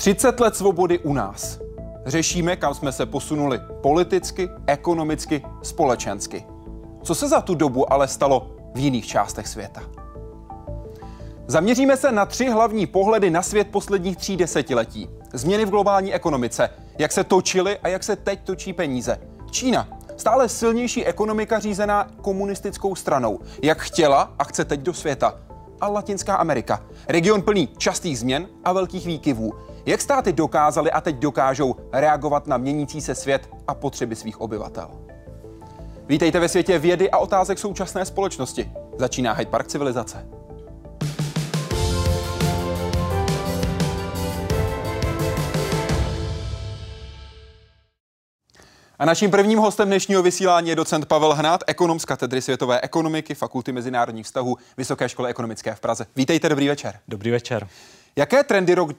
30 let svobody u nás. Řešíme, kam jsme se posunuli politicky, ekonomicky, společensky. Co se za tu dobu ale stalo v jiných částech světa? Zaměříme se na 3 hlavní pohledy na svět posledních 3 desetiletí. Změny v globální ekonomice, jak se točily a jak se teď točí peníze. Čína, stále silnější ekonomika řízená komunistickou stranou, jak chtěla a chce teď do světa. A Latinská Amerika, region plný častých změn a velkých výkyvů. Jak státy dokázaly a teď dokážou reagovat na měnící se svět a potřeby svých obyvatel. Vítejte ve světě vědy a otázek současné společnosti. Začíná Hyde Park civilizace. A naším prvním hostem dnešního vysílání je docent Pavel Hnát, ekonom z katedry světové ekonomiky, Fakulty mezinárodních vztahů Vysoké školy ekonomické v Praze. Vítejte, dobrý večer. Dobrý večer. Jaké trendy rok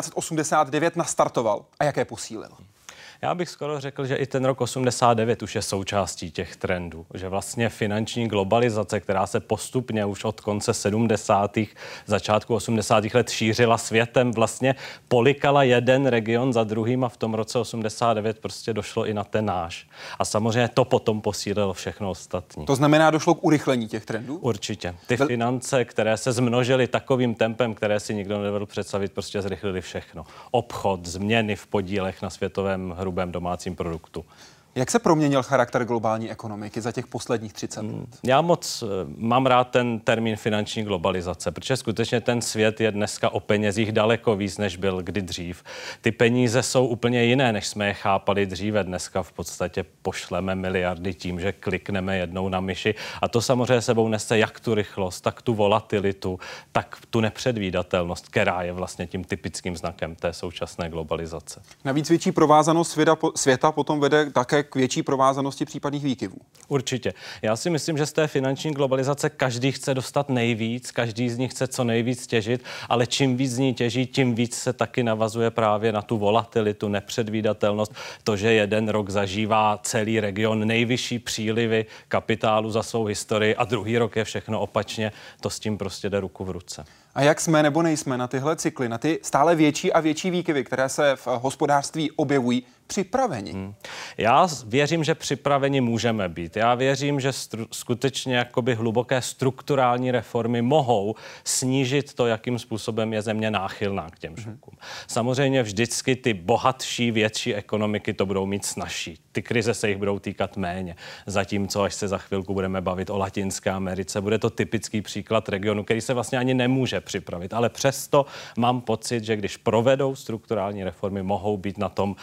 1989 nastartoval a jaké posílil? Já bych skoro řekl, že i ten rok 89 už je součástí těch trendů. Že vlastně finanční globalizace, která se postupně už od konce 70. začátku 80. let šířila světem, vlastně polikala jeden region za druhým a v tom roce 89 prostě došlo i na ten náš. A samozřejmě to potom posílilo všechno ostatní. To znamená, došlo k urychlení těch trendů? Určitě. Ty finance, které se zmnožily takovým tempem, které si nikdo nedovedl představit, prostě zrychlily všechno. Obchod, změny v podílech na světovém hrubém domácím produktu. Jak se proměnil charakter globální ekonomiky za těch posledních 30 let? Já moc mám rád ten termín finanční globalizace, protože skutečně ten svět je dneska o penězích daleko víc, než byl kdy dřív. Ty peníze jsou úplně jiné, než jsme je chápali dříve. Dneska v podstatě pošleme miliardy tím, že klikneme jednou na myši. A to samozřejmě sebou nese jak tu rychlost, tak tu volatilitu, tak tu nepředvídatelnost, která je vlastně tím typickým znakem té současné globalizace. Navíc větší provázanost světa potom vede také k větší provázanosti případných výkyvů. Určitě. Já si myslím, že z té finanční globalizace každý chce dostat nejvíc, každý z nich chce co nejvíc těžit, ale čím víc z ní těží, tím víc se taky navazuje právě na tu volatilitu, nepředvídatelnost, to, že jeden rok zažívá celý region nejvyšší přílivy kapitálu za svou historii a druhý rok je všechno opačně, to s tím prostě jde ruku v ruce. A jak jsme nebo nejsme na tyhle cykly, na ty stále větší a větší výkyvy, které se v hospodářství objevují, připraveni? Já věřím, že připraveni můžeme být. Já věřím, že skutečně jakoby hluboké strukturální reformy mohou snížit to, jakým způsobem je země náchylná k těm šokům. Samozřejmě vždycky ty bohatší, větší ekonomiky to budou mít snazší. Ty krize se jich budou týkat méně. Zatímco, až se za chvilku budeme bavit o Latinské Americe, bude to typický příklad regionu, který se vlastně ani nemůže připravit. Ale přesto mám pocit, že když provedou strukturální reformy, mohou být na tom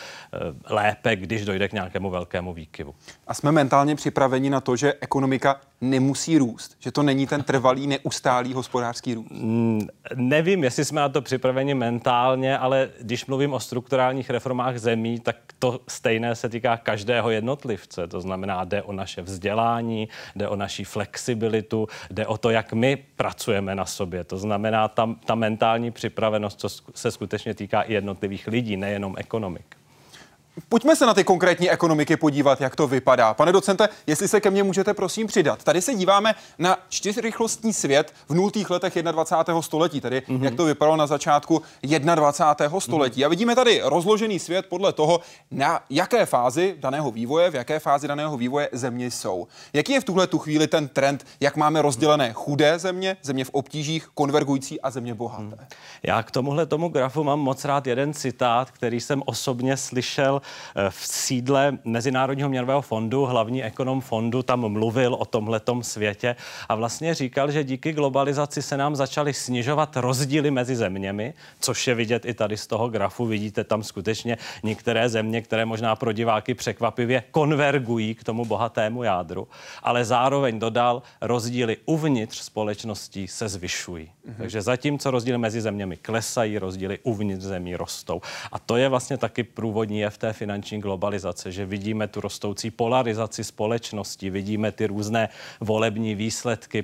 lépe, když dojde k nějakému velkému výkyvu. A jsme mentálně připraveni na to, že ekonomika nemusí růst? Že to není ten trvalý, neustálý hospodářský růst? Nevím, jestli jsme na to připraveni mentálně, ale když mluvím o strukturálních reformách zemí, tak to stejné se týká každého jednotlivce. To znamená, jde o naše vzdělání, jde o naši flexibilitu, jde o to, jak my pracujeme na sobě. To znamená, ta mentální připravenost, co se skutečně týká i jednotlivých lidí, nejenom ekonomik. Pojďme se na ty konkrétní ekonomiky podívat, jak to vypadá. Pane docente, jestli se ke mně můžete prosím přidat. Tady se díváme na 4rychlostní svět v 0. letech 21. století, tedy jak to vypadalo na začátku 21. století. A vidíme tady rozložený svět podle toho, na jaké fázi daného vývoje, v jaké fázi daného vývoje země jsou. Jaký je v tuhle tu chvíli ten trend, jak máme rozdělené chudé země, země v obtížích, konvergující a země bohaté? Já k tomu grafu mám moc rád jeden citát, který jsem osobně slyšel v sídle Mezinárodního měnového fondu, hlavní ekonom fondu tam mluvil o tomhletom světě a vlastně říkal, že díky globalizaci se nám začaly snižovat rozdíly mezi zeměmi, což je vidět i tady z toho grafu. Vidíte tam skutečně některé země, které možná pro diváky překvapivě konvergují k tomu bohatému jádru, ale zároveň dodal, rozdíly uvnitř společností se zvyšují. Takže zatímco rozdíly mezi zeměmi klesají, rozdíly uvnitř zemí rostou. A to je vlastně taky průvodní jev té finanční globalizace, že vidíme tu rostoucí polarizaci společnosti, vidíme ty různé volební výsledky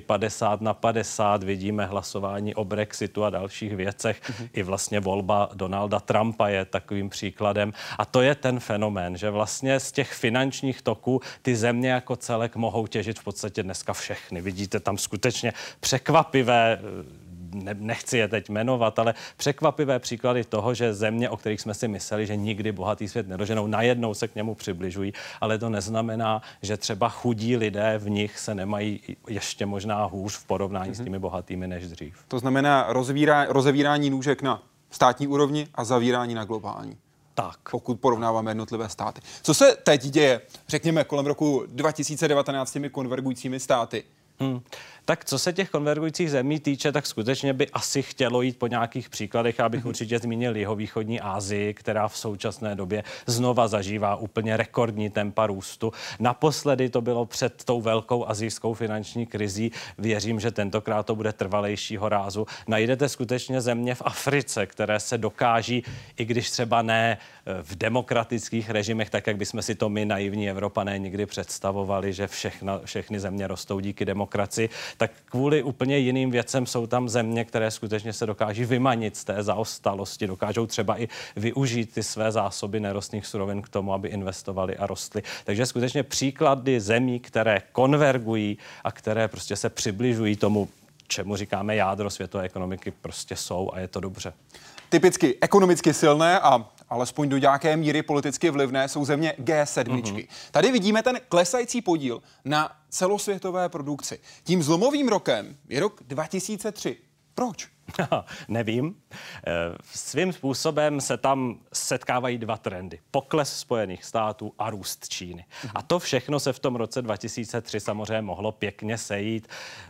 50-50, vidíme hlasování o Brexitu a dalších věcech. I vlastně volba Donalda Trumpa je takovým příkladem. A to je ten fenomén, že vlastně z těch finančních toků ty země jako celek mohou těžit v podstatě dneska všechny. Vidíte tam skutečně překvapivé nechci je teď jmenovat, ale překvapivé příklady toho, že země, o kterých jsme si mysleli, že nikdy bohatý svět nedoženou, najednou se k němu přibližují, ale to neznamená, že třeba chudí lidé v nich se nemají ještě možná hůř v porovnání s těmi bohatými než dřív. To znamená rozevírání nůžek na státní úrovni a zavírání na globální. Tak. Pokud porovnáváme jednotlivé státy. Co se teď děje, řekněme, kolem roku 2019 s těmi konvergujícími státy? Tak co se těch konvergujících zemí týče, tak skutečně by asi chtělo jít po nějakých příkladech. Já bych určitě zmínil jihovýchodní Asii, která v současné době znova zažívá úplně rekordní tempa růstu. Naposledy to bylo před tou velkou asijskou finanční krizí. Věřím, že tentokrát to bude trvalejšího rázu. Najdete skutečně země v Africe, které se dokáží, i když třeba ne v demokratických režimech, tak jak bychom si to my, naivní Evropané, nikdy představovali, že všechny země rostou díky demokracii, tak kvůli úplně jiným věcem jsou tam země, které skutečně se dokáží vymanit z té zaostalosti, dokážou třeba i využít ty své zásoby nerostných surovin k tomu, aby investovali a rostli. Takže skutečně příklady zemí, které konvergují a které prostě se přibližují tomu, čemu říkáme jádro světové ekonomiky, prostě jsou a je to dobře. Typicky ekonomicky silné a alespoň do nějaké míry politicky vlivné jsou země G7. Tady vidíme ten klesající podíl na celosvětové produkci. Tím zlomovým rokem je rok 2003. Proč? Nevím. Svým způsobem se tam setkávají dva trendy. Pokles Spojených států a růst Číny. A to všechno se v tom roce 2003 samozřejmě mohlo pěkně sejít.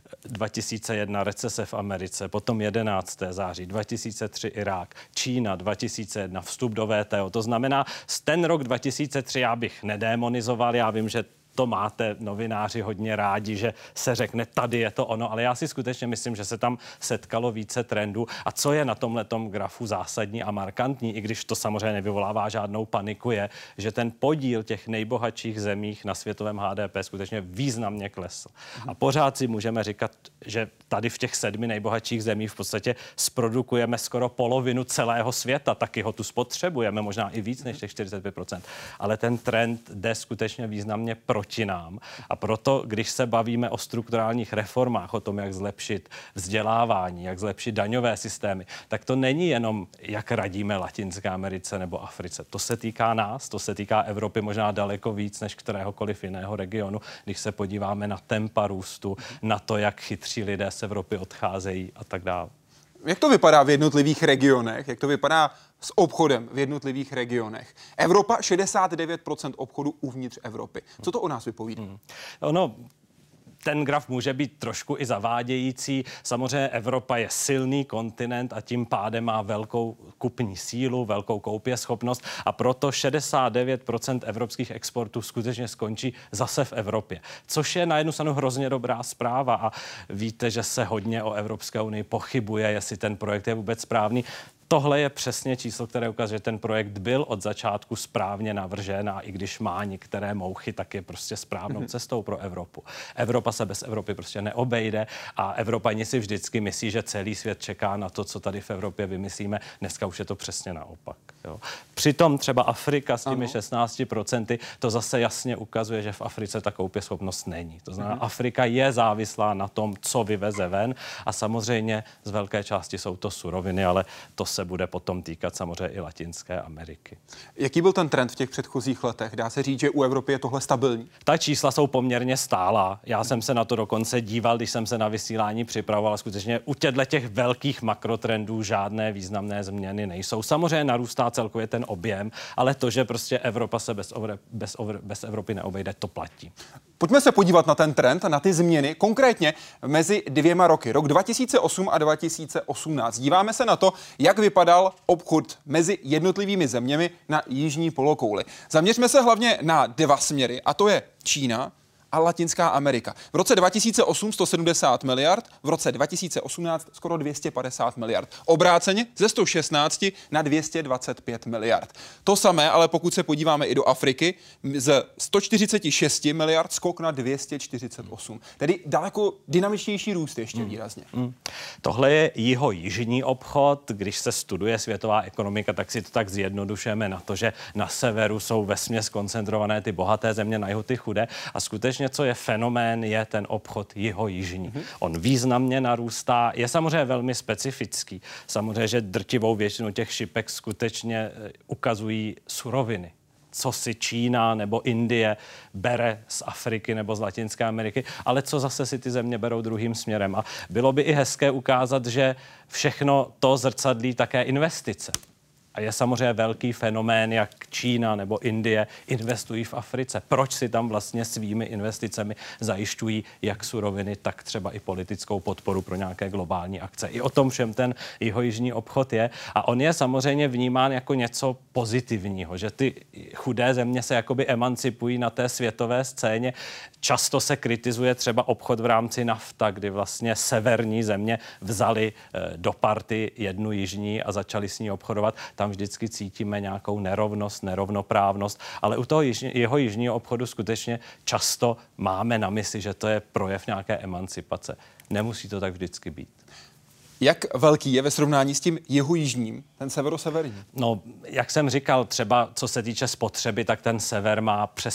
2001 recese v Americe, potom 11. září, 2003 Irák, Čína 2001 vstup do WTO. To znamená, ten rok 2003 já bych nedémonizoval, já vím, že to máte novináři hodně rádi, že se řekne, tady je to ono, ale já si skutečně myslím, že se tam setkalo více trendů. A co je na tomhletom grafu zásadní a markantní, i když to samozřejmě nevyvolává žádnou paniku, je, že ten podíl těch nejbohatších zemích na světovém HDP skutečně významně klesl. A pořád si můžeme říkat, že tady v těch 7 nejbohatších zemích v podstatě zprodukujeme skoro polovinu celého světa, taky ho tu spotřebujeme, možná i víc než těch 45%. Ale ten trend jde skutečně významně proti nám. A proto, když se bavíme o strukturálních reformách, o tom, jak zlepšit vzdělávání, jak zlepšit daňové systémy, tak to není jenom, jak radíme Latinské Americe nebo Africe. To se týká nás, to se týká Evropy možná daleko víc než kteréhokoliv jiného regionu, když se podíváme na tempa růstu, na to, jak chytří lidé z Evropy odcházejí a tak dále. Jak to vypadá v jednotlivých regionech? Jak to vypadá s obchodem v jednotlivých regionech? Evropa 69% obchodu uvnitř Evropy. Co to o nás vypovídá? Ten graf může být trošku i zavádějící. Samozřejmě Evropa je silný kontinent a tím pádem má velkou kupní sílu, velkou koupěschopnost a proto 69% evropských exportů skutečně skončí zase v Evropě. Což je na jednu stranu hrozně dobrá zpráva a víte, že se hodně o Evropské unii pochybuje, jestli ten projekt je vůbec správný. Tohle je přesně číslo, které ukazuje, že ten projekt byl od začátku správně navržen a i když má některé mouchy, tak je prostě správnou cestou pro Evropu. Evropa se bez Evropy prostě neobejde a Evropani si vždycky myslí, že celý svět čeká na to, co tady v Evropě vymyslíme. Dneska už je to přesně naopak. Jo. Přitom třeba Afrika s těmi 16% to zase jasně ukazuje, že v Africe ta koupěschopnost není. To znamená, Afrika je závislá na tom, co vyveze ven a samozřejmě z velké části jsou to suroviny, ale to se bude potom týkat samozřejmě i Latinské Ameriky. Jaký byl ten trend v těch předchozích letech? Dá se říct, že u Evropy je tohle stabilní? Ta čísla jsou poměrně stálá. Já jsem se na to dokonce díval, když jsem se na vysílání připravoval. Skutečně u těch velkých makrotrendů žádné významné změny nejsou. Samozřejmě narůstá celkově ten objem, ale to, že prostě Evropa se bez Evropy neobejde, to platí. Pojďme se podívat na ten trend, na ty změny, konkrétně mezi 2 roky, rok 2008 a 2018. Díváme se na to, jak vypadal obchod mezi jednotlivými zeměmi na jižní polokouli. Zaměřme se hlavně na 2 směry, a to je Čína a Latinská Amerika. V roce 2008 170 miliard, v roce 2018 skoro 250 miliard. Obráceně ze 116 na 225 miliard. To samé, ale pokud se podíváme i do Afriky, z 146 miliard skok na 248. Tedy daleko dynamičtější růst ještě výrazně. Tohle je jižní obchod. Když se studuje světová ekonomika, tak si to tak zjednodušujeme na to, že na severu jsou vesměs koncentrované ty bohaté země, na jihu ty chudé. A skutečně skutečně, co je fenomén, je ten obchod jihojižní. On významně narůstá, je samozřejmě velmi specifický. Samozřejmě, že drtivou většinu těch šipek skutečně ukazují suroviny. Co si Čína nebo Indie bere z Afriky nebo z Latinské Ameriky, ale co zase si ty země berou druhým směrem. A bylo by i hezké ukázat, že všechno to zrcadlí také investice. A je samozřejmě velký fenomén, jak Čína nebo Indie investují v Africe. Proč si tam vlastně svými investicemi zajišťují jak suroviny, tak třeba i politickou podporu pro nějaké globální akce. I o tom všem ten jihojižní obchod je. A on je samozřejmě vnímán jako něco pozitivního, že ty chudé země se jakoby emancipují na té světové scéně. Často se kritizuje třeba obchod v rámci NAFTA, kdy vlastně severní země vzali do party jednu jižní a začali s ní obchodovat. Tam vždycky cítíme nějakou nerovnost, nerovnoprávnost, ale u toho jeho jižního obchodu skutečně často máme na mysli, že to je projev nějaké emancipace. Nemusí to tak vždycky být. Jak velký je ve srovnání s tím jihojižním, ten severoseverní? No, jak jsem říkal, třeba co se týče spotřeby, tak ten sever má přes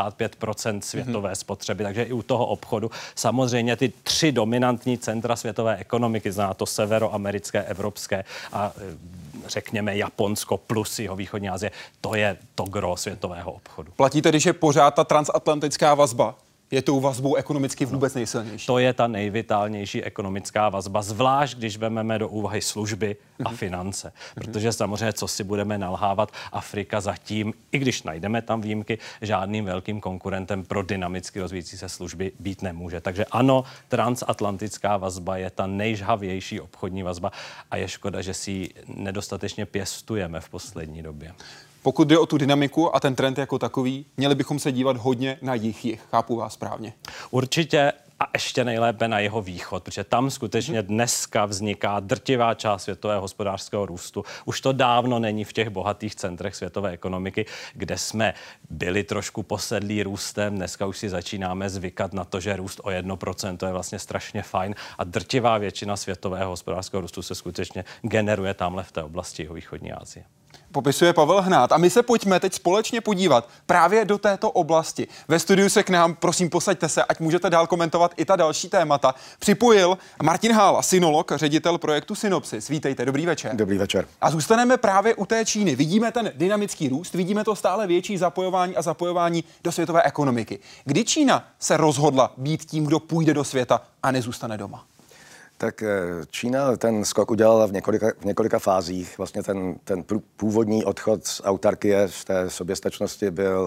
65% světové spotřeby, takže i u toho obchodu samozřejmě ty 3 dominantní centra světové ekonomiky, zná to severoamerické, evropské a řekněme Japonsko plus jihovýchodní Asie, to je to gros světového obchodu. Platí tedy, že pořád ta transatlantická vazba je tou vazbou ekonomicky vůbec nejsilnější? To je ta nejvitálnější ekonomická vazba, zvlášť když vezmeme do úvahy služby a finance. Protože samozřejmě, co si budeme nalhávat, Afrika zatím, i když najdeme tam výjimky, žádným velkým konkurentem pro dynamicky rozvíjící se služby být nemůže. Takže ano, transatlantická vazba je ta nejžhavější obchodní vazba a je škoda, že si ji nedostatečně pěstujeme v poslední době. Pokud jde o tu dynamiku a ten trend jako takový, měli bychom se dívat hodně na jih. Chápu vás správně? Určitě a ještě nejlépe na jeho východ, protože tam skutečně dneska vzniká drtivá část světového hospodářského růstu. Už to dávno není v těch bohatých centrech světové ekonomiky, kde jsme byli trošku posedlí růstem. Dneska už si začínáme zvykat na to, že růst o 1% je vlastně strašně fajn a drtivá většina světového hospodářského růstu se skutečně generuje tamhle v té oblasti jihovýchodní Asie. Popisuje Pavel Hnát. A my se pojďme teď společně podívat právě do této oblasti. Ve studiu se k nám, prosím, posaďte se, ať můžete dál komentovat i ta další témata. Připojil Martin Hála, synolog, ředitel projektu Synopsis. Vítejte, dobrý večer. Dobrý večer. A zůstaneme právě u té Číny. Vidíme ten dynamický růst, vidíme to stále větší zapojování do světové ekonomiky. Kdy Čína se rozhodla být tím, kdo půjde do světa a nezůstane doma? Tak Čína ten skok udělala v několika fázích. Vlastně ten původní odchod z autarkie, z té soběstačnosti byl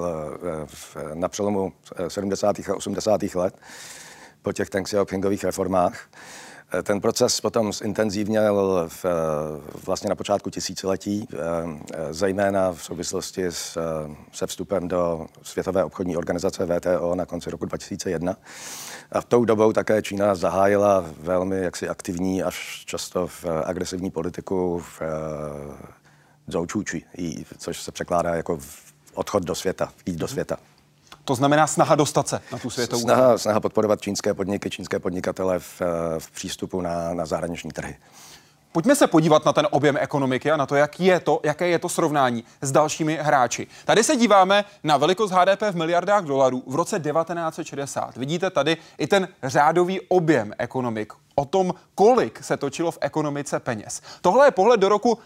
na přelomu 70. a 80. let po těch Deng Xiaopingových reformách. Ten proces potom zintenzívněl vlastně na počátku tisíciletí, zejména v souvislosti se vstupem do Světové obchodní organizace WTO na konci roku 2001. A tou dobou také Čína zahájila velmi jaksi aktivní až často agresivní politiku v zhoučuči, což se překládá jako odchod do světa, jít do světa. To znamená snaha dostat se na tu světovou. Snaha podporovat čínské podniky, čínské podnikatele v přístupu na zahraniční trhy. Pojďme se podívat na ten objem ekonomiky a na to, jaké je to srovnání s dalšími hráči. Tady se díváme na velikost HDP v miliardách dolarů v roce 1960. Vidíte tady i ten řádový objem ekonomik. O tom, kolik se točilo v ekonomice peněz. Tohle je pohled do roku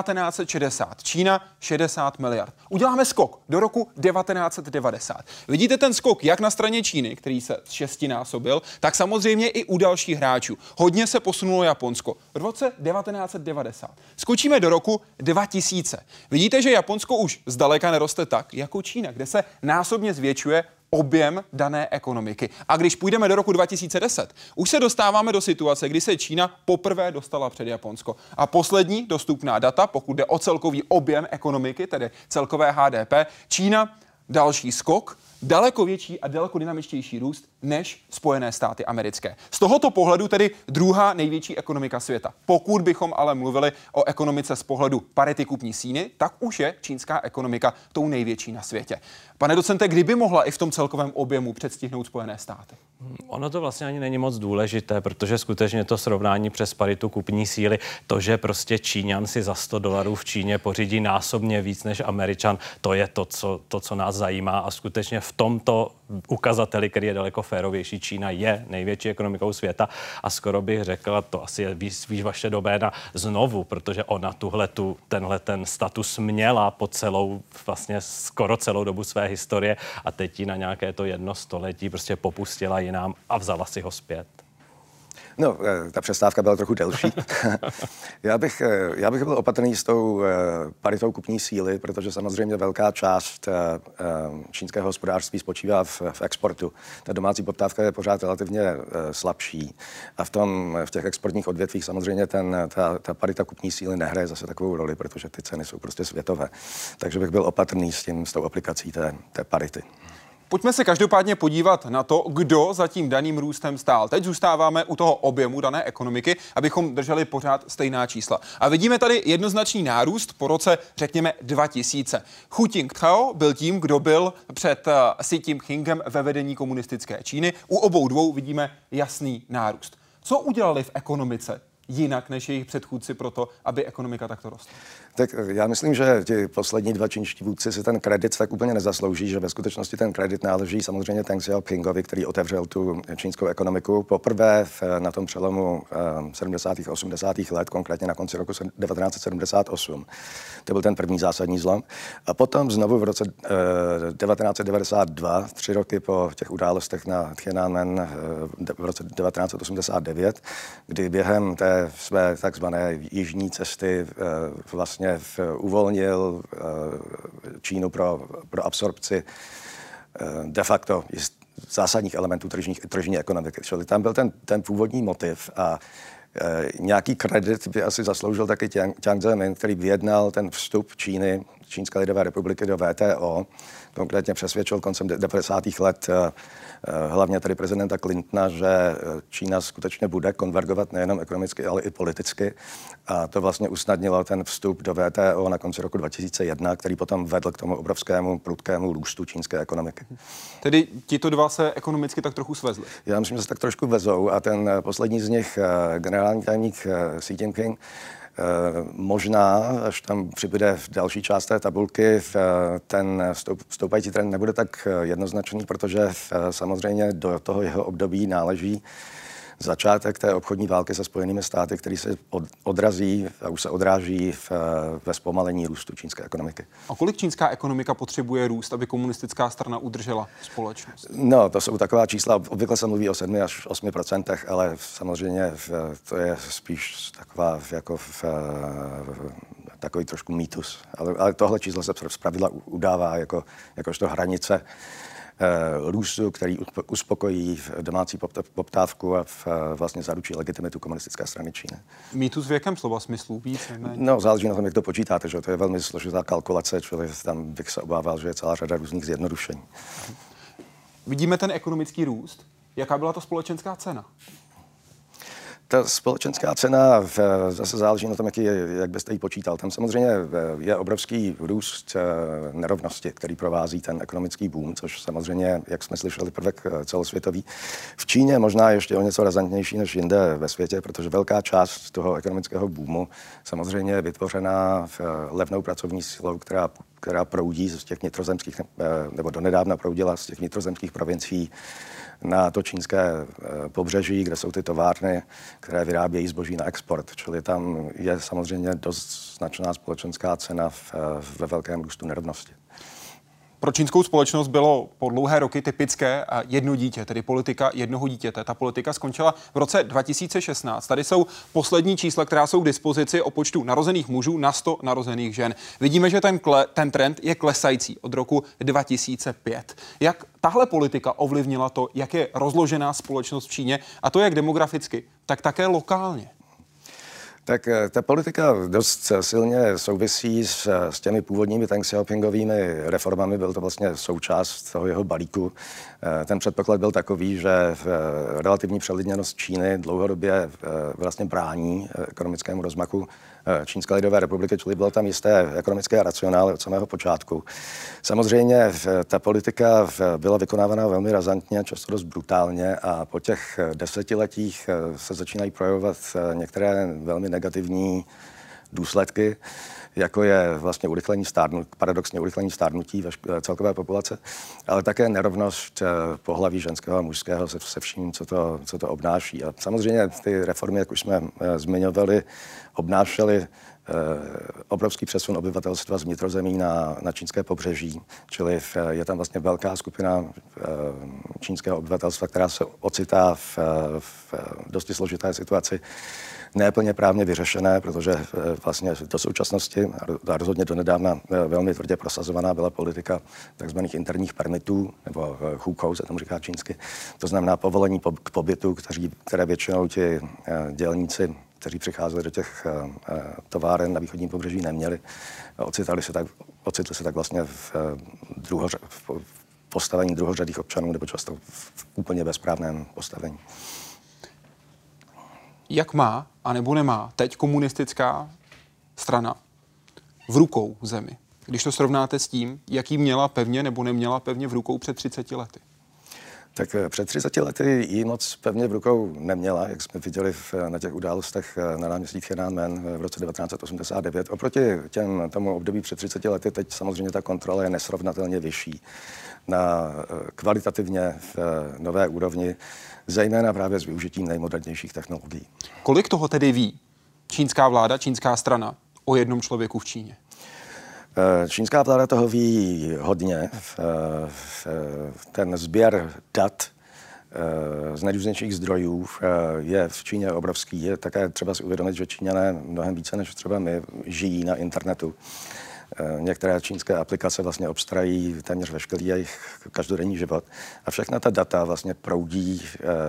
1960. Čína 60 miliard. Uděláme skok do roku 1990. Vidíte ten skok jak na straně Číny, který se šestinásobil, tak samozřejmě i u dalších hráčů. Hodně se posunulo Japonsko. V roce 1990. Skočíme do roku 2000. Vidíte, že Japonsko už zdaleka neroste tak, jako Čína, kde se násobně zvětšuje objem dané ekonomiky. A když půjdeme do roku 2010, už se dostáváme do situace, kdy se Čína poprvé dostala před Japonsko. A poslední dostupná data, pokud jde o celkový objem ekonomiky, tedy celkové HDP, Čína další skok, daleko větší a daleko dynamičtější růst než Spojené státy americké. Z tohoto pohledu tedy druhá největší ekonomika světa. Pokud bychom ale mluvili o ekonomice z pohledu parity kupní síly, tak už je čínská ekonomika tou největší na světě. Pane docente, kdyby mohla i v tom celkovém objemu předstihnout Spojené státy? Ono to vlastně ani není moc důležité, protože skutečně to srovnání přes paritu kupní síly, to, že prostě Číňan si za $100 v Číně pořídí násobně víc než Američan, to je to, co nás zajímá a skutečně v tomto ukazateli, který je daleko férovější. Čína je největší ekonomikou světa a skoro bych řekl, a to asi je víš vaše doména znovu, protože ona ten status měla po celou, vlastně skoro celou dobu své historie a teď ji na nějaké to 1 století prostě popustila jinam a vzala si ho zpět. No, ta přestávka byla trochu delší. Já bych byl opatrný s tou paritou kupní síly, protože samozřejmě velká část čínského hospodářství spočívá v exportu. Ta domácí poptávka je pořád relativně slabší a v těch exportních odvětvích samozřejmě ta parita kupní síly nehraje zase takovou roli, protože ty ceny jsou prostě světové. Takže bych byl opatrný s tou aplikací té parity. Pojďme se každopádně podívat na to, kdo za tím daným růstem stál. Teď zůstáváme u toho objemu dané ekonomiky, abychom drželi pořád stejná čísla. A vidíme tady jednoznačný nárůst po roce, řekněme, 2000. Hu Jintao byl tím, kdo byl před Xi Jinpingem ve vedení komunistické Číny. U obou dvou vidíme jasný nárůst. Co udělali v ekonomice jinak než jejich předchůdci proto, aby ekonomika takto rostla? Tak já myslím, že ti poslední 2 čínští vůdci si ten kredit tak úplně nezaslouží, že ve skutečnosti ten kredit náleží samozřejmě Deng Xiaopingovi, který otevřel tu čínskou ekonomiku poprvé na tom přelomu 70. a 80. let, konkrétně na konci roku 1978. To byl ten první zásadní zlom. A potom znovu v roce 1992, 3 roky po těch událostech na Tiananmen v roce 1989, kdy během té své takzvané jižní cesty vlastně uvolnil Čínu pro absorpci de facto zásadních elementů tržní ekonomiky. Čili tam byl ten původní motiv a nějaký kredit by asi zasloužil taky Jiang Zemin, který vyjednal ten vstup Číny, Čínské lidové republiky do WTO. Konkrétně přesvědčil koncem 90. let hlavně tady prezidenta Clintona, že Čína skutečně bude konvergovat nejenom ekonomicky, ale i politicky. A to vlastně usnadnilo ten vstup do WTO na konci roku 2001, který potom vedl k tomu obrovskému prudkému růstu čínské ekonomiky. Tedy tito dva se ekonomicky tak trochu svezli? Já myslím, že se tak trošku vezou a ten poslední z nich, generální tajemník Xi Jinping, možná, až tam přibude v další část té tabulky, ten stoupající trend nebude tak jednoznačný, protože samozřejmě do toho jeho období náleží začátek té obchodní války se Spojenými státy, který se odrazí a už se odráží ve zpomalení růstu čínské ekonomiky. A kolik čínská ekonomika potřebuje růst, aby komunistická strana udržela společnost? No, to jsou taková čísla, obvykle se mluví o 7 až 8%, ale samozřejmě to je spíš taková jako takový trošku mýtus. Ale tohle číslo se zpravidla udává jakožto hranice růstu, který uspokojí domácí poptávku a vlastně zaručí legitimitu komunistické strany Číny. Mýtus v jakém slova smyslu? Víc, no, záleží na tom, jak to počítáte, že to je velmi složitá kalkulace, čili tam bych se obával, že je celá řada různých zjednodušení. Vidíme ten ekonomický růst. Jaká byla ta společenská cena? Ta společenská cena zase záleží na tom, jak byste ji počítal. Tam samozřejmě je obrovský růst nerovnosti, který provází ten ekonomický boom, což samozřejmě, jak jsme slyšeli, prvek celosvětový. V Číně možná ještě o něco razantnější než jinde ve světě, protože velká část toho ekonomického boomu samozřejmě je vytvořená levnou pracovní silou, která proudí z těch vnitrozemských, nebo donedávna proudila z těch vnitrozemských provincií na to čínské pobřeží, kde jsou ty továrny, které vyrábějí zboží na export. Čili tam je samozřejmě dost značná společenská cena ve velkém růstu nerovnosti. Pro čínskou společnost bylo po dlouhé roky typické jedno dítě, tedy politika jednoho dítěte. Ta politika skončila v roce 2016. Tady jsou poslední čísla, která jsou k dispozici o počtu narozených mužů na 100 narozených žen. Vidíme, že ten trend je klesající od roku 2005. Jak tahle politika ovlivnila to, jak je rozložená společnost v Číně, a to jak demograficky, tak také lokálně? Tak ta politika dost silně souvisí s těmi původními Deng Xiaopingovými reformami. Byl to vlastně součást toho jeho balíku. Ten předpoklad byl takový, že relativní přelidněnost Číny dlouhodobě vlastně brání ekonomickému rozmachu Čínské lidové republiky, čili bylo tam jisté ekonomické racionály od samého počátku. Samozřejmě ta politika byla vykonávána velmi razantně, často dost brutálně a po těch desetiletích se začínají projevovat některé velmi negativní důsledky. jako je vlastně paradoxně urychlení stárnutí celkové populace, ale také nerovnost pohlaví ženského a mužského se vším, co to obnáší. A samozřejmě ty reformy, jak už jsme zmiňovali, obnášely obrovský přesun obyvatelstva z vnitrozemí na čínské pobřeží, čili je tam vlastně velká skupina čínského obyvatelstva, která se ocitá v dosti složité situaci, neplně právně vyřešené, protože vlastně do současnosti a rozhodně do nedávna velmi tvrdě prosazovaná byla politika takzvaných interních permitů, nebo hukou se tomu říká čínsky, to znamená povolení k pobytu, které většinou ti dělníci, kteří přicházeli do těch továren na východním pobřeží, neměli. Ocitli se tak vlastně v postavení druhořadých občanů, nebo často v úplně bezprávném postavení. Jak má, anebo nemá teď komunistická strana v rukou zemi, když to srovnáte s tím, jaký měla pevně nebo neměla pevně v rukou před 30 lety? Tak před 30 lety ji moc pevně v rukou neměla, jak jsme viděli na těch událostech na náměstí Tiananmen v roce 1989. Oproti tomu období před 30 lety teď samozřejmě ta kontrola je nesrovnatelně vyšší na kvalitativně nové úrovni, zejména právě s využitím nejmodernějších technologií. Kolik toho tedy ví čínská vláda, čínská strana o jednom člověku v Číně? Čínská vláda toho ví hodně. Ten sběr dat z nejrůznějších zdrojů je v Číně obrovský. Je také třeba si uvědomit, že Číňané mnohem více než třeba my žijí na internetu. Některé čínské aplikace vlastně obstarají téměř veškerý jejich každodenní život. A všechna ta data vlastně proudí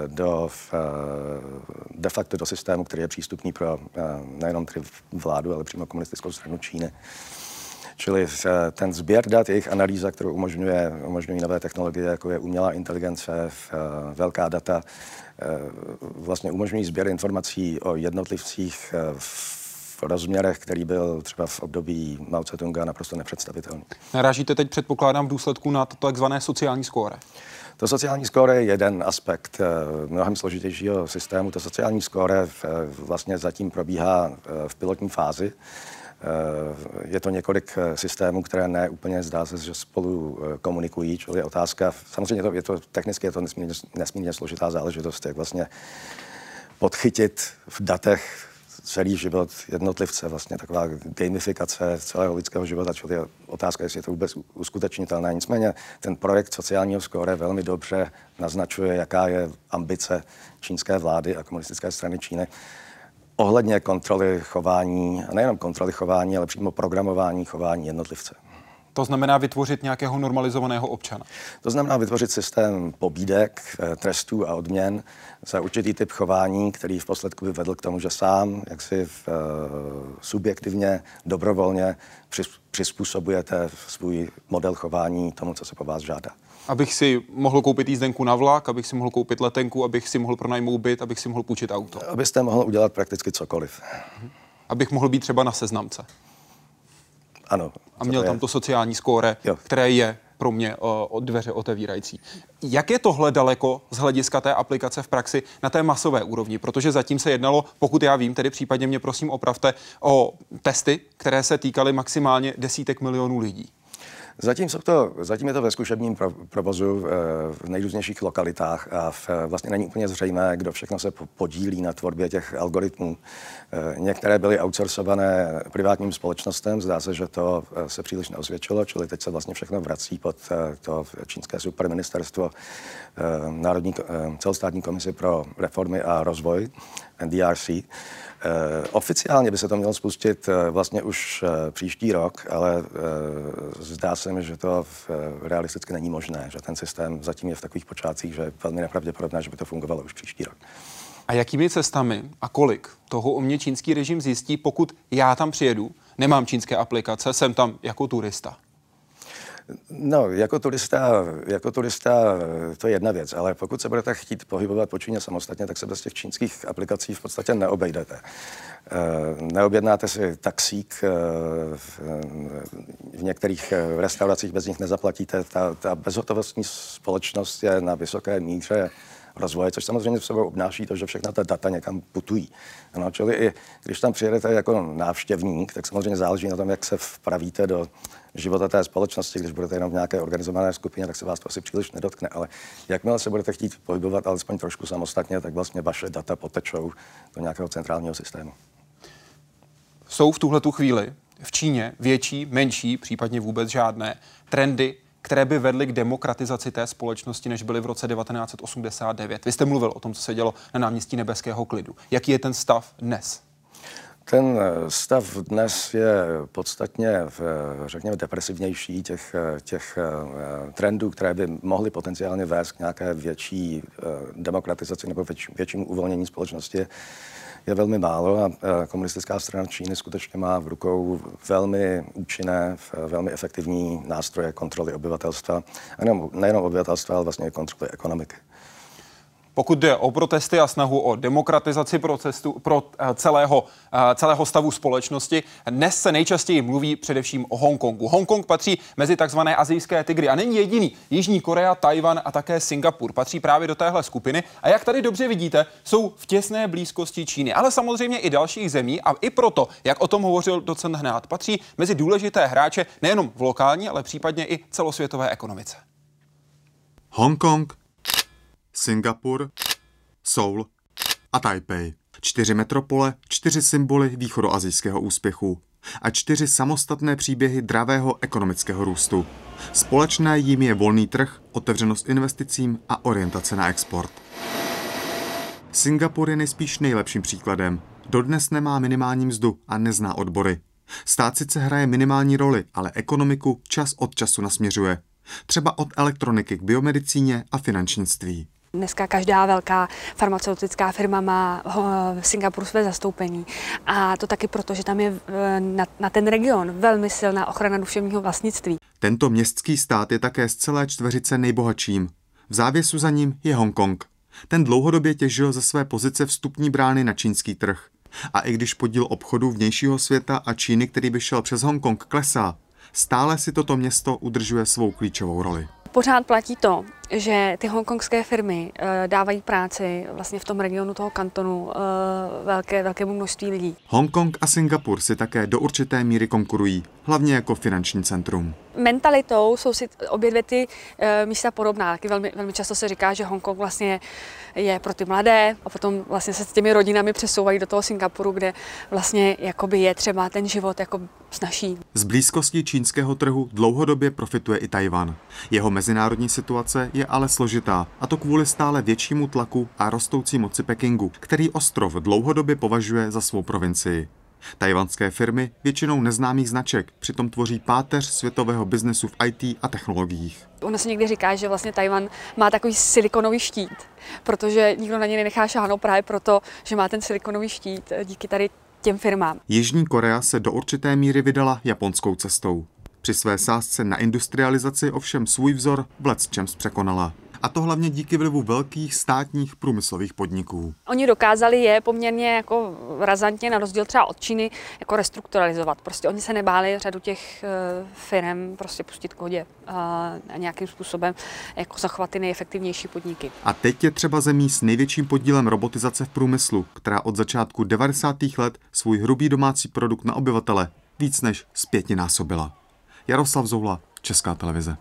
de facto do systému, který je přístupný pro nejenom vládu, ale přímo komunistickou stranu Číny. Čili ten sběr dat, jejich analýza, kterou umožňují nové technologie, jako je umělá inteligence, velká data, vlastně umožňují sběr informací o jednotlivcích v rozměrech, který byl třeba v období Mao Tse-tunga naprosto nepředstavitelný. Narážíte teď, předpokládám, v důsledku na to takzvané sociální skóre? To sociální skóre je jeden aspekt mnohem složitějšího systému. To sociální skóre vlastně zatím probíhá v pilotní fázi. Je to několik systémů, které ne úplně zdá se, že spolu komunikují, čili je otázka, samozřejmě technicky je to nesmírně složitá záležitost, jak vlastně podchytit v datech celý život jednotlivce, vlastně taková gamifikace celého lidského života, čili je otázka, jestli je to vůbec uskutečnitelné. Nicméně ten projekt sociálního skóre velmi dobře naznačuje, jaká je ambice čínské vlády a komunistické strany Číny ohledně kontroly chování, a nejenom kontroly chování, ale přímo programování chování jednotlivce. To znamená vytvořit nějakého normalizovaného občana? To znamená vytvořit systém pobídek, trestů a odměn za určitý typ chování, který v posledku by vedl k tomu, že sám jaksi subjektivně, dobrovolně přizpůsobujete svůj model chování tomu, co se po vás žádá. Abych si mohl koupit jízdenku na vlak, abych si mohl koupit letenku, abych si mohl pronajmout byt, abych si mohl půjčit auto. Abyste mohl udělat prakticky cokoliv. Abych mohl být třeba na seznamce. Ano. A měl tam to sociální skóre, které je pro mě od dveře otevírající. Jak je tohle daleko z hlediska té aplikace v praxi na té masové úrovni? Protože zatím se jednalo, pokud já vím, tedy případně mě prosím opravte, o testy, které se týkaly maximálně desítek milionů lidí. Zatím je to ve zkušebním provozu v nejrůznějších lokalitách a vlastně není úplně zřejmé, kdo všechno se podílí na tvorbě těch algoritmů. Některé byly outsourcované privátním společnostem, zdá se, že to se příliš neosvědčilo, čili teď se vlastně všechno vrací pod to čínské superministerstvo celostátní komisi pro reformy a rozvoj, NDRC. Oficiálně by se to mělo spustit vlastně už příští rok, ale zdá se mi, že to realisticky není možné, že ten systém zatím je v takových počátcích, že je velmi nepravděpodobné, že by to fungovalo už příští rok. A jakými cestami a kolik toho o mě čínský režim zjistí, pokud já tam přijedu, nemám čínské aplikace, jsem tam jako turista? No, jako turista to je jedna věc, ale pokud se budete chtít pohybovat po Číně samostatně, tak se bez těch čínských aplikací v podstatě neobejdete. Neobjednáte si taxík, v některých restauracích bez nich nezaplatíte. Ta bezhotovostní společnost je na vysoké míře rozvoje, což samozřejmě v sebou obnáší to, že všechna ta data někam putují. No, čili i když tam přijedete jako návštěvník, tak samozřejmě záleží na tom, jak se vpravíte do života té společnosti. Když budete jenom v nějaké organizované skupině, tak se vás to asi příliš nedotkne, ale jakmile se budete chtít pohybovat alespoň trošku samostatně, tak vlastně vaše data potečou do nějakého centrálního systému. Jsou v tuhletu chvíli v Číně větší, menší, případně vůbec žádné trendy, které by vedly k demokratizaci té společnosti, než byly v roce 1989. Vy jste mluvil o tom, co se dělo na náměstí Nebeského klidu. Jaký je ten stav dnes? Ten stav dnes je podstatně, řekněme, depresivnější. Těch trendů, které by mohly potenciálně vést k nějaké větší demokratizaci nebo většímu uvolnění společnosti, je velmi málo a komunistická strana Číny skutečně má v rukou velmi účinné, velmi efektivní nástroje kontroly obyvatelstva. A nejenom obyvatelstva, ale vlastně i kontroly ekonomiky. Pokud jde o protesty a snahu o demokratizaci celého stavu společnosti, dnes se nejčastěji mluví především o Hongkongu. Hongkong patří mezi takzvané asijské tygry a není jediný. Jižní Korea, Tajvan a také Singapur patří právě do téhle skupiny a jak tady dobře vidíte, jsou v těsné blízkosti Číny, ale samozřejmě i dalších zemí a i proto, jak o tom hovořil docent Hnát, patří mezi důležité hráče nejenom v lokální, ale případně i celosvětové ekonomice. Hongkong, Singapur, Seoul a Taipei. 4 metropole, 4 symboly východoasijského úspěchu a 4 samostatné příběhy dravého ekonomického růstu. Společné jim je volný trh, otevřenost investicím a orientace na export. Singapur je nejspíš nejlepším příkladem. Dodnes nemá minimální mzdu a nezná odbory. Stát sice hraje minimální roli, ale ekonomiku čas od času nasměřuje. Třeba od elektroniky k biomedicíně a finančnictví. Dneska každá velká farmaceutická firma má v Singapuru své zastoupení. A to taky proto, že tam je na ten region velmi silná ochrana duševního vlastnictví. Tento městský stát je také z celé čtveřice nejbohatším. V závěsu za ním je Hongkong. Ten dlouhodobě těžil ze své pozice vstupní brány na čínský trh. A i když podíl obchodu vnějšího světa a Číny, který by šel přes Hongkong, klesá, stále si toto město udržuje svou klíčovou roli. Pořád platí to, že ty hongkongské firmy dávají práci vlastně v tom regionu toho kantonu velkému množství lidí. Hongkong a Singapur si také do určité míry konkurují, hlavně jako finanční centrum. Mentalitou jsou si obě dvě ty místa podobná. Taky velmi často se říká, že Hongkong vlastně je pro ty mladé a potom vlastně se s těmi rodinami přesouvají do toho Singapuru, kde vlastně jakoby je třeba ten život jako snazší. Z blízkosti čínského trhu dlouhodobě profituje i Tajvan. Jeho mezinárodní situace je ale složitá, a to kvůli stále většímu tlaku a rostoucí moci Pekingu, který ostrov dlouhodobě považuje za svou provincii. Tajvanské firmy většinou neznámých značek přitom tvoří páteř světového biznesu v IT a technologiích. Ono se někdy říká, že vlastně Tajvan má takový silikonový štít, protože nikdo na něj nenechá šáhnout právě proto, že má ten silikonový štít díky tady těm firmám. Jižní Korea se do určité míry vydala japonskou cestou. Při své sázce na industrializaci ovšem svůj vzor v lecčems překonala. A to hlavně díky vlivu velkých státních průmyslových podniků. Oni dokázali je poměrně jako razantně, na rozdíl třeba od Číny, jako restrukturalizovat. Prostě oni se nebáli řadu těch firm prostě pustit k vodě a nějakým způsobem jako zachovat ty nejefektivnější podniky. A teď je třeba zemí s největším podílem robotizace v průmyslu, která od začátku 90. let svůj hrubý domácí produkt na obyvatele víc než zpětinásobila. Jaroslav Zoula, Česká televize.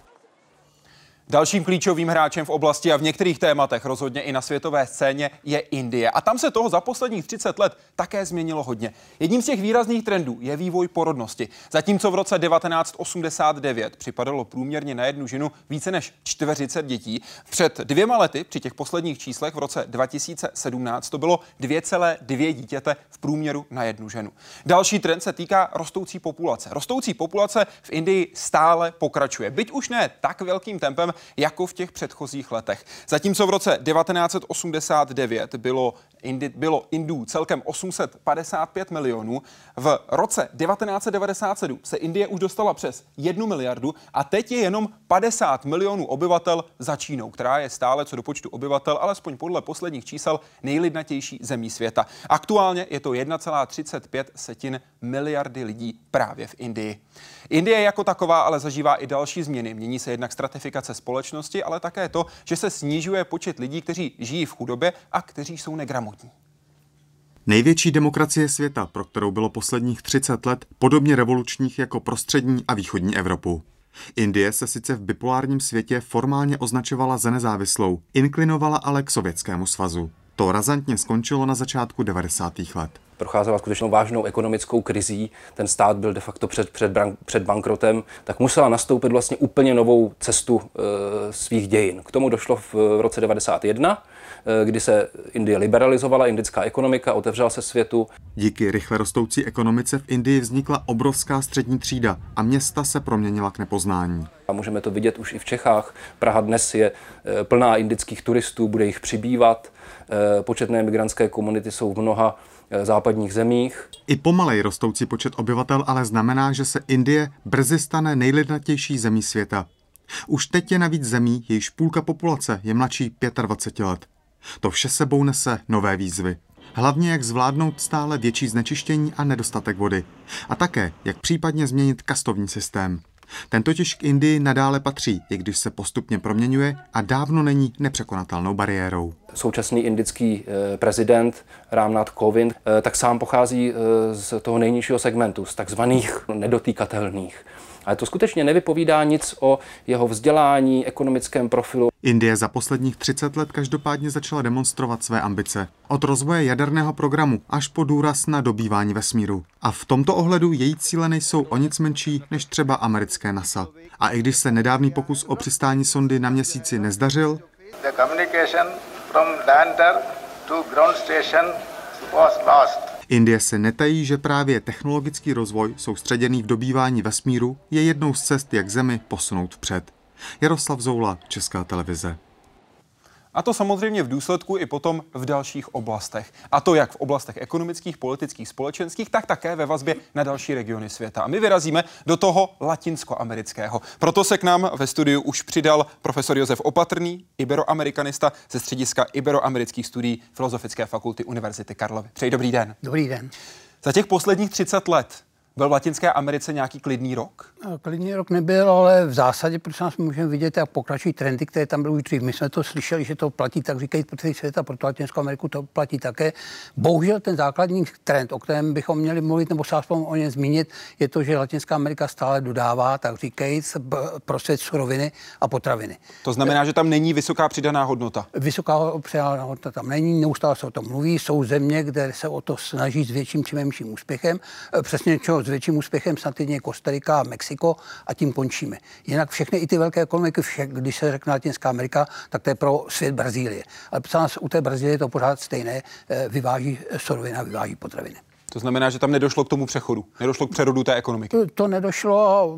Dalším klíčovým hráčem v oblasti a v některých tématech rozhodně i na světové scéně je Indie. A tam se toho za posledních 30 let také změnilo hodně. Jedním z těch výrazných trendů je vývoj porodnosti. Zatímco v roce 1989 připadalo průměrně na jednu ženu více než 40 dětí, před 2 lety při těch posledních číslech v roce 2017 to bylo 2,2 dítěte v průměru na jednu ženu. Další trend se týká rostoucí populace. Rostoucí populace v Indii stále pokračuje, byť už ne tak velkým tempem, jako v těch předchozích letech. Zatímco v roce 1989 bylo bylo Indů celkem 855 milionů. V roce 1997 se Indie už dostala přes 1 miliardu a teď je jenom 50 milionů obyvatel za Čínou, která je stále co do počtu obyvatel, alespoň podle posledních čísel, nejlidnatější zemí světa. Aktuálně je to 1,35 miliardy lidí právě v Indii. Indie jako taková ale zažívá i další změny. Mění se jednak stratifikace společnosti, ale také to, že se snižuje počet lidí, kteří žijí v chudobě a kteří jsou negramotní. Největší demokracie světa, pro kterou bylo posledních 30 let podobně revolučních jako pro střední a východní Evropu. Indie se sice v bipolárním světě formálně označovala za nezávislou, inklinovala ale k Sovětskému svazu. To razantně skončilo na začátku 90. let. Procházela skutečnou vážnou ekonomickou krizí, ten stát byl de facto před bankrotem, tak musela nastoupit vlastně úplně novou cestu svých dějin. K tomu došlo v roce 1991, kdy se Indie liberalizovala, indická ekonomika, otevřela se světu. Díky rychle rostoucí ekonomice v Indii vznikla obrovská střední třída a města se proměnila k nepoznání. A můžeme to vidět už i v Čechách. Praha dnes je plná indických turistů, bude jich přibývat. Početné migrantské komunity jsou v mnoha západních zemích. I pomalej rostoucí počet obyvatel ale znamená, že se Indie brzy stane nejlidnatější zemí světa. Už teď je navíc zemí, jejíž půlka populace je mladší 25 let. To vše sebou nese nové výzvy. Hlavně jak zvládnout stále větší znečištění a nedostatek vody. A také jak případně změnit kastovní systém. Ten totiž k Indii nadále patří, i když se postupně proměňuje a dávno není nepřekonatelnou bariérou. Současný indický prezident Ram Nath Kovind tak sám pochází z toho nejnižšího segmentu, z takzvaných nedotýkatelných. Ale to skutečně nevypovídá nic o jeho vzdělání, ekonomickém profilu. Indie za posledních 30 let každopádně začala demonstrovat své ambice. Od rozvoje jaderného programu až po důraz na dobývání vesmíru. A v tomto ohledu její cíle nejsou o nic menší než třeba americké NASA. A i když se nedávný pokus o přistání sondy na Měsíci nezdařil, The communication from lander to ground station was lost. Indie se netají, že právě technologický rozvoj soustředěný v dobývání vesmíru je jednou z cest, jak zemi posunout vpřed. Jaroslav Zoula, Česká televize. A to samozřejmě v důsledku i potom v dalších oblastech. A to jak v oblastech ekonomických, politických, společenských, tak také ve vazbě na další regiony světa. A my vyrazíme do toho latinskoamerického. Proto se k nám ve studiu už přidal profesor Josef Opatrný, iberoamerikanista ze střediska iberoamerických studií Filozofické fakulty Univerzity Karlovy. Přeji dobrý den. Dobrý den. Za těch posledních 30 let byl v Latinské Americe nějaký klidný rok? Klidný rok nebyl, ale v zásadě, protože nás můžeme vidět, jak pokračují trendy, které tam byly už dřív. My jsme to slyšeli, že to platí, tak říkají, pro celý svět a pro Latinskou Ameriku to platí také. Bohužel ten základní trend, o kterém bychom měli mluvit nebo se aspoň o něm zmínit, je to, že Latinská Amerika stále dodává, tak říkají, pro svět suroviny a potraviny. To znamená, že tam není vysoká přidaná hodnota? Vysoká přidaná hodnota tam není, neustále se o tom mluví. Jsou země, kde se o to snaží s větším či menším úspěchem. Přesně s větším úspěchem snad je Kostarika a Mexiko a tím končíme. Jinak všechny i ty velké ekonomiky, když se řekne Latinská Amerika, tak to je pro svět Brazílie. Ale u té Brazílie je to pořád stejné, vyváží suroviny a vyváží potraviny. To znamená, že tam nedošlo k tomu přechodu, nedošlo k přerodu té ekonomiky. To nedošlo,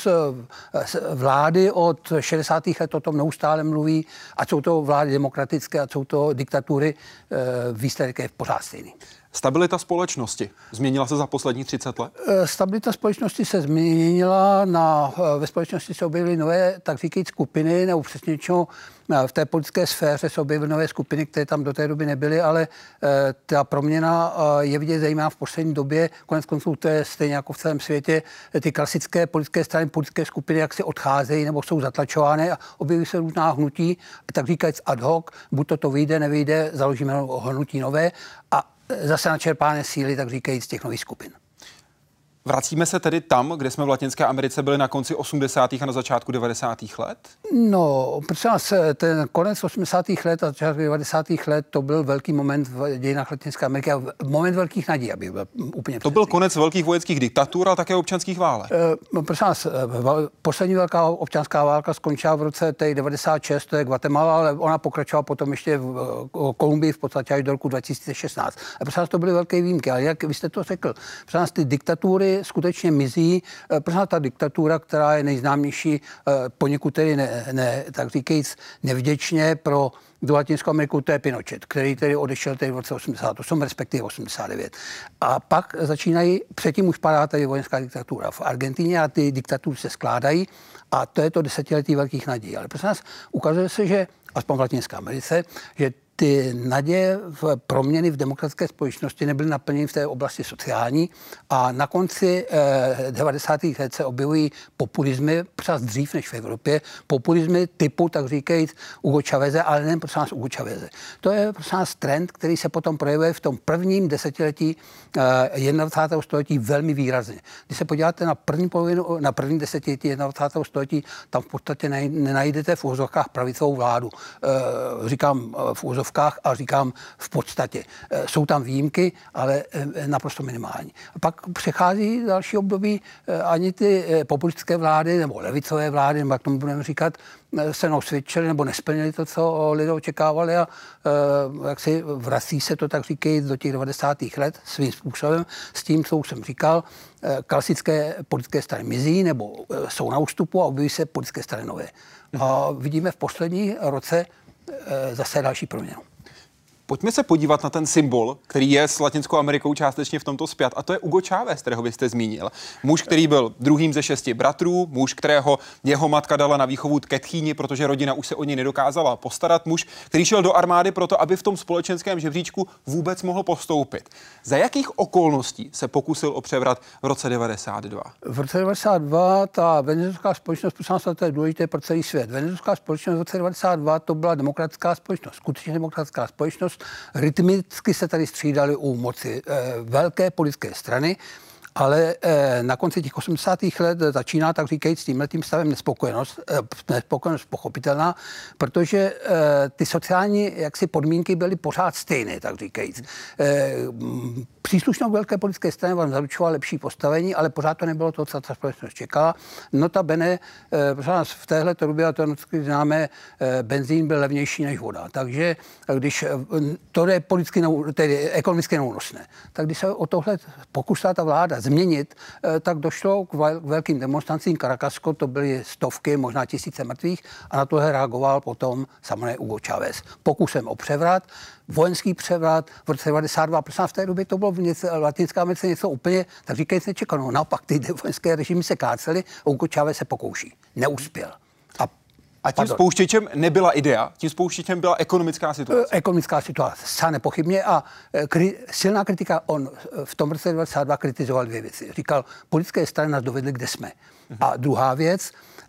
vlády od 60. let o tom neustále mluví, a jsou to vlády demokratické, a jsou to diktatury, výsledek je pořád stejný. Stabilita společnosti změnila se za poslední 30 let? Stabilita společnosti se změnila, ve společnosti se objevily nové, tak říkajíc, skupiny, nebo přesně v té politické sféře se objevily nové skupiny, které tam do té doby nebyly, ale ta proměna je vidět zejména v poslední době. Konec konců to je stejně jako v celém světě. Ty klasické politické strany, politické skupiny, jak se odcházejí nebo jsou zatlačovány a objeví se různá hnutí, tak říkajíc ad hoc, buď to vyjde, nevyjde, založíme hnutí nové a zase načerpáné síly, tak říkají, z těch nových skupin. Vracíme se tedy tam, kde jsme v Latinské Americe byli na konci 80. a na začátku 90. let? No, protože ten konec 80. let a začátek 90. let, to byl velký moment v dějinách Latinské Ameriky a moment velkých nadějí, aby byl úplně To byl konec velkých vojenských diktatur a také občanských válek. Poslední velká občanská válka skončila v roce 96, to je Guatemala, ale ona pokračovala potom ještě v Kolumbii v podstatě až do roku 2016. A to byly velké výjimky, ale jak vy jste to řekl, ty diktatury chvíli skutečně mizí ta diktatura, která je nejznámější poněkud tedy tak říkajíc nevděčně pro do Latinskou Ameriku, to je Pinochet, který tedy odešel tedy v roce 88, respektive 89. A pak začínají, předtím už padá tady vojenská diktatura v Argentině a ty diktatury se skládají a to je to desetiletí velkých nadějí. Ale prosím nás, ukazuje se, že aspoň v Latinské Americe, že ty naděje v proměny v demokratické společnosti nebyly naplněny v té oblasti sociální a na konci 90. let se objevují populismy, přes dřív než v Evropě, populismy typu, tak říkajíc, Hugo Cháveze, ale nejen prosím nás Hugo Cháveze. To je prosím nás trend, který se potom projevuje v tom prvním desetiletí 21. století velmi výrazně. Když se podíváte na první desetiletí 21. století, tam v podstatě nenajdete v uvozovkách pravicovou vládu. Říkám v uvozovkách a říkám v podstatě. Jsou tam výjimky, ale naprosto minimální. A pak přechází další období, ani ty populistické vlády nebo levicové vlády, nebo jak tomu budeme říkat, se neosvědčili nebo nesplnili to, co lidé očekávali a jak si vrací se to, tak říkají, do těch 90. let svým způsobem s tím, co už jsem říkal, klasické politické strany mizí nebo jsou na ústupu a objeví se politické strany nové. A vidíme v poslední roce zase další proměnu. Pojďme se podívat na ten symbol, který je s Latinskou Amerikou částečně v tomto spjat, a to je Hugo Chávez, kterého vy jste zmínil. Muž, který byl druhým ze 6 bratrů, muž, kterého jeho matka dala na výchovu ke tchýni, protože rodina už se o něj nedokázala postarat, muž, který šel do armády proto, aby v tom společenském žebříčku vůbec mohl postoupit. Za jakých okolností se pokusil o převrat v roce 92? V roce 92 ta venezuelská společnost, to je důležité pro celý svět. Venezuelská společnost v roce 92 to byla demokratická společnost, skutečně demokratická společnost. Rytmicky se tady střídali u moci velké politické strany, ale na konci těch 80. let začíná, tak říkajíc, s tímhletím stavem nespokojenost pochopitelná, protože ty sociální jaksi podmínky byly pořád stejné, tak říkajíc. Příslušnou velké politické straně vám zaručoval lepší postavení, ale pořád to nebylo to, co ta společnost čekala. Notabene, v téhle době, a to známe, benzín byl levnější než voda. Takže když to je tedy ekonomicky neúnosné, tak když se o tohle pokusila ta vláda změnit, tak došlo k velkým demonstracím. Caracasko, to byly stovky, možná tisíce mrtvých a na tohle reagoval potom samotný Hugo Chávez. Pokusem o převrat, vojenský převrat v roce 92, protože v té době to bylo v Latinské Americe něco úplně, tak říkajíc, nečekaného. Naopak ty vojenské režimy se kácely, Hugo Chávez se pokouší. Neuspěl. A tím spouštěčem nebyla idea, tím spouštěčem byla ekonomická situace. Ekonomická situace, zcela nepochybně. A silná kritika, on v tom roce 92 kritizoval dvě věci. Říkal, politické strany nás dovedly, kde jsme. A druhá věc,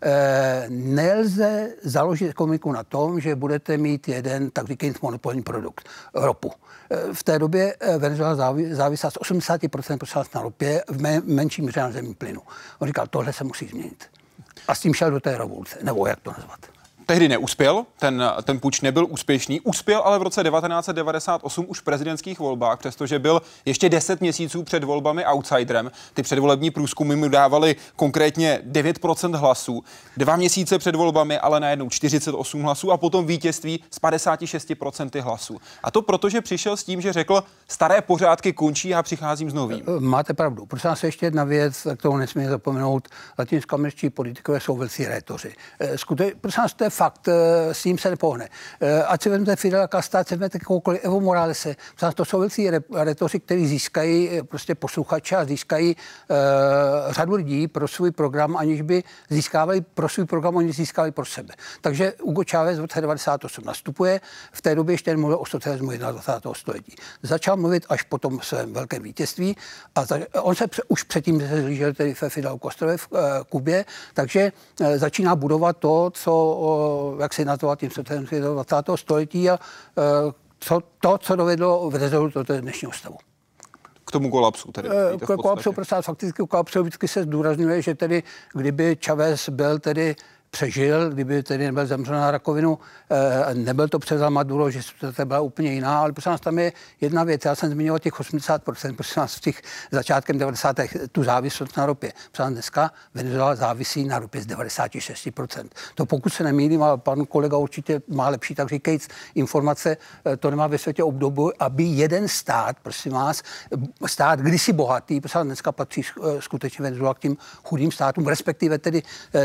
nelze založit ekonomiku na tom, že budete mít jeden, tak říkajíc, monopolní produkt, ropu. V té době Venezuela závisela z 80% na ropě, v menší míře na zemním plynu. On říkal, tohle se musí změnit. A s tím šel do té revoluce, nebo jak to nazvat. Tehdy neuspěl, ten puč nebyl úspěšný, uspěl ale v roce 1998 už v prezidentských volbách, přestože byl ještě 10 měsíců před volbami outsiderem. Ty předvolební průzkumy mu dávaly konkrétně 9% hlasů. 2 měsíce před volbami ale najednou 48 hlasů a potom vítězství s 56% hlasů. A to protože přišel s tím, že řekl, staré pořádky končí a přicházím s novým. Máte pravdu. Prosím vás, ještě jedna věc, kterou nesmíme zapomenout. Latinskoameričtí politikové jsou velcí rétoři. Prosím vás, to je fakt, s ním se nepohne. Ať si vezmete Fidela Castra, ať si vezmete kohokoliv, Evo Moralese. To jsou velcí rétoři, kteří získají prostě posluchače a získají řadu lidí pro svůj program, aniž by získávali pro svůj program, oni získali pro sebe. Takže Hugo Chávez v roce 98 nastupuje, v té době ještě mluvil o socialismu 21. století. Začal mluvit až po tom svém velkém vítězství a on se už předtím se zlížel tedy ve Fidelu Castrově v Kubě, takže začíná budovat to, co jak se nazvat tím socialismem 20. století a co dovedlo Venezuelu do dnešního stavu. K tomu kolapsu tedy. Kolapsu, prostě fakticky kolapsu vždycky se zdůrazňuje, že tedy kdyby Chávez byl tedy přežil, kdyby tedy nebyl zemřel na rakovinu, nebyl to převzal Maduro, že to byla úplně jiná, ale prosím nás tam je jedna věc, já jsem zmiňoval těch 80%, prosím nás v těch začátkem 90. tu závislost na ropě. Prosím dneska Venezuela závisí na ropě z 96%. To pokud se nemýlím, a pan kolega určitě má lepší, tak říkajíc, informace, to nemá ve světě obdobu, aby jeden stát, prosím vás, stát kdysi bohatý, prosím vás, dneska patří skutečně Venezuela k tím chudým státům, respektive tedy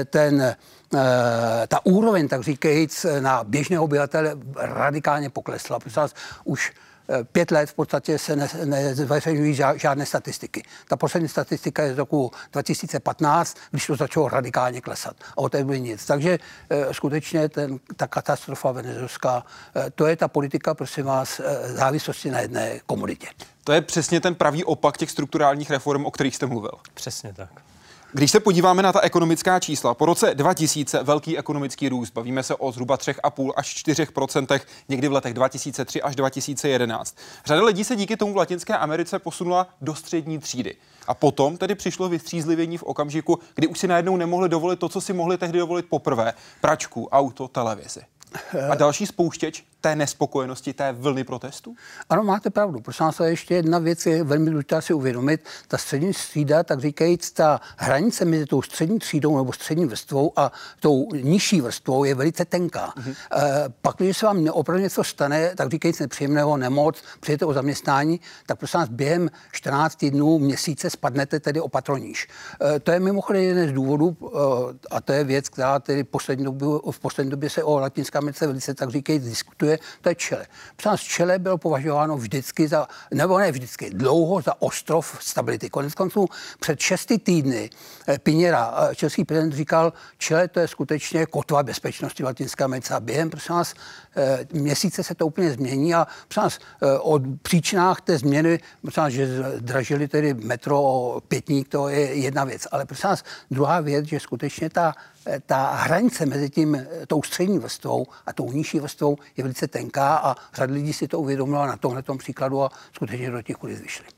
ta úroveň, tak říkajíc, na běžného obyvatele radikálně poklesla. Prosím vás, už 5 let v podstatě se nezveřejňují žádné statistiky. Ta poslední statistika je z roku 2015, když to začalo radikálně klesat. A o té by nic. Takže skutečně ta katastrofa venezuelská, to je ta politika, prosím vás, závislosti na jedné komoditě. To je přesně ten pravý opak těch strukturálních reform, o kterých jste mluvil. Přesně tak. Když se podíváme na ta ekonomická čísla, po roce 2000 velký ekonomický růst, bavíme se o zhruba 3,5 až 4%, někdy v letech 2003 až 2011. Řada lidí se díky tomu v Latinské Americe posunula do střední třídy. A potom tedy přišlo vystřízlivění v okamžiku, kdy už si najednou nemohli dovolit to, co si mohli tehdy dovolit poprvé. Pračku, auto, televizi. A další spouštěč té nespokojenosti, té vlny protestů? Ano, máte pravdu. Prosím vás, ještě jedna věc je velmi důležitá si uvědomit. Ta střední třída, tak říkajíc, ta hranice mezi tou střední třídou nebo střední vrstvou a tou nižší vrstvou je velice tenká. Pak, když se vám opravdu něco stane, tak říkajíc nepříjemného, nemoc, přijete o zaměstnání, tak prosím vás, během 14 dnů, měsíce spadnete tedy o patroníž. To je mimochodem jeden z důvodů, a to je věc, která tedy v poslední době se o Latinské Americe velice, tak říkajíc, diskutuje, to je Chile. Prosím vás, Chile bylo považováno vždycky za, nebo ne vždycky, dlouho za ostrov stability. Konec konců před 6 týdny Piñera, český prezident, říkal, Chile to je skutečně kotva bezpečnosti v Latinské Americe. A během, prosím vás, měsíce se to úplně změní a prosím vás, o příčinách té změny, prosím vás, že zdražili tedy metro Pětník, to je jedna věc. Ale prosím vás, druhá věc, že skutečně ta hranice mezi tou střední vrstvou a tou nižší vrstvou je velice tenká a řada lidí si to uvědomila na tomhletom příkladu a skutečně do těch ulic vyšli.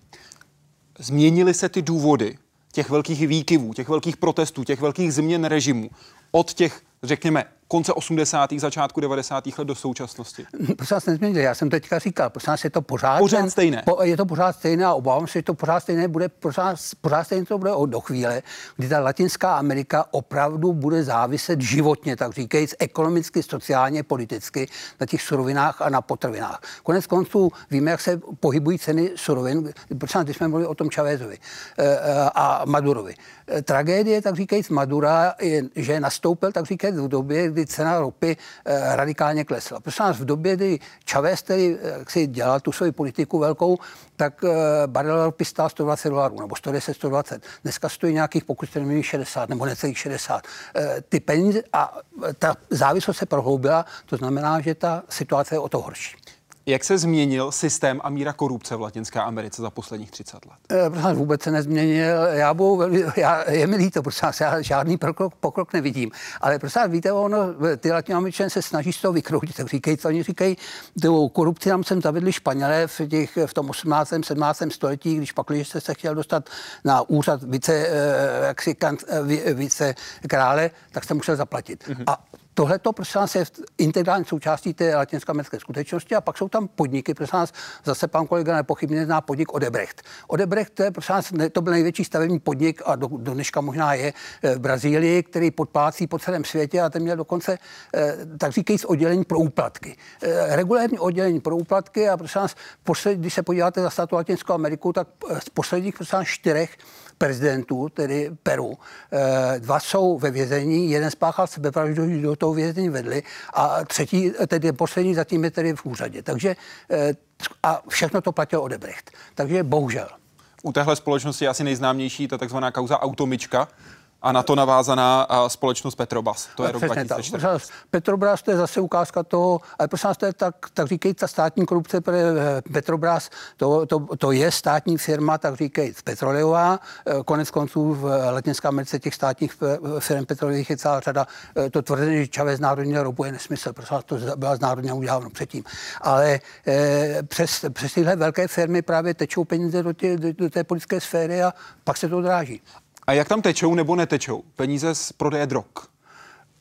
Změnily se ty důvody těch velkých výkyvů, těch velkých protestů, těch velkých změn režimu od těch, řekněme, konce 80. začátku 90. let do současnosti? Prosím vás, nezměnili. Já jsem teďka říkal, prosím vás, je to pořád stejné. Je to pořád stejné a obávám se, že to pořád stejné bude, pořád stejné to bude do chvíle, kdy ta Latinská Amerika opravdu bude záviset životně, tak říkajíc, ekonomicky, sociálně, politicky na těch surovinách a na potravinách. Konec konců víme, jak se pohybují ceny surovin. Prosím vás, když jsme mluvili o tom Chávezovi a Madurovi. Tragédie, tak říkajíc, Madura je, že nastoupil, tak říkajíc, v době, kdy cena ropy radikálně klesla. Prosím vás, v době, kdy Chávez tedy si dělal tu svoji politiku velkou, tak barel ropy stál $120 nebo 110, 120. Dneska stojí nějakých, pokud jste neměli 60 nebo necelých 60. Ty peníze a ta závislost se prohloubila, to znamená, že ta situace je o to horší. Jak se změnil systém a míra korupce v Latinské Americe za posledních 30 let? Prosím, vůbec se nezměnil. Je mi líto, prosím, já žádný pokrok nevidím. Ale prosím, víte, ty Latinoameričané se snaží z toho vykroutit. Tak oni říkají, tu korupci nám sem zavedli Španělé v tom 18. 17. století, když pak, když se chtěl dostat na úřad vice krále, tak se musel zaplatit. A tohle to, prosím vás, je integrální součástí té latinskoamerické skutečnosti a pak jsou tam podniky, prosím vás, zase pan kolega nepochybně zná podnik Odebrecht. Odebrecht, to je, prosím vás, to byl největší stavební podnik a do dneška možná je v Brazílii, který podplácí po celém světě a ten měl dokonce, tak říkajíc, oddělení pro úplatky. Regulární oddělení pro úplatky a prosím vás, když se podíváte za státu Latinskou Ameriku, tak z posledních, prosím vás, 4 prezidentů, tedy Peru, 2 jsou ve vězení, jeden spáchal sebevraždu, do toho vězení vedli a třetí, tedy poslední zatím je tedy v úřadě. Takže a všechno to platil Odebrecht. Takže bohužel. U téhle společnosti je asi nejznámější ta takzvaná kauza Automička a na to navázaná společnost Petrobras. To je rok 2014. Petrobras, to je zase ukázka toho, ale prosím vás, to je tak říkajíc, ta státní korupce, Petrobras, to je státní firma, tak říkajíc, petroleová. Konec konců v Latinské Americe těch státních firm petroleových je celá řada. To tvrzení, že Chávez znárodnil ropu, je nesmysl, prosím vás, to byla znárodněna už dávno předtím. Ale přes tyhle velké firmy právě tečou peníze do té politické sféry a pak se to odráží. A jak tam tečou nebo netečou peníze z prodeje drog?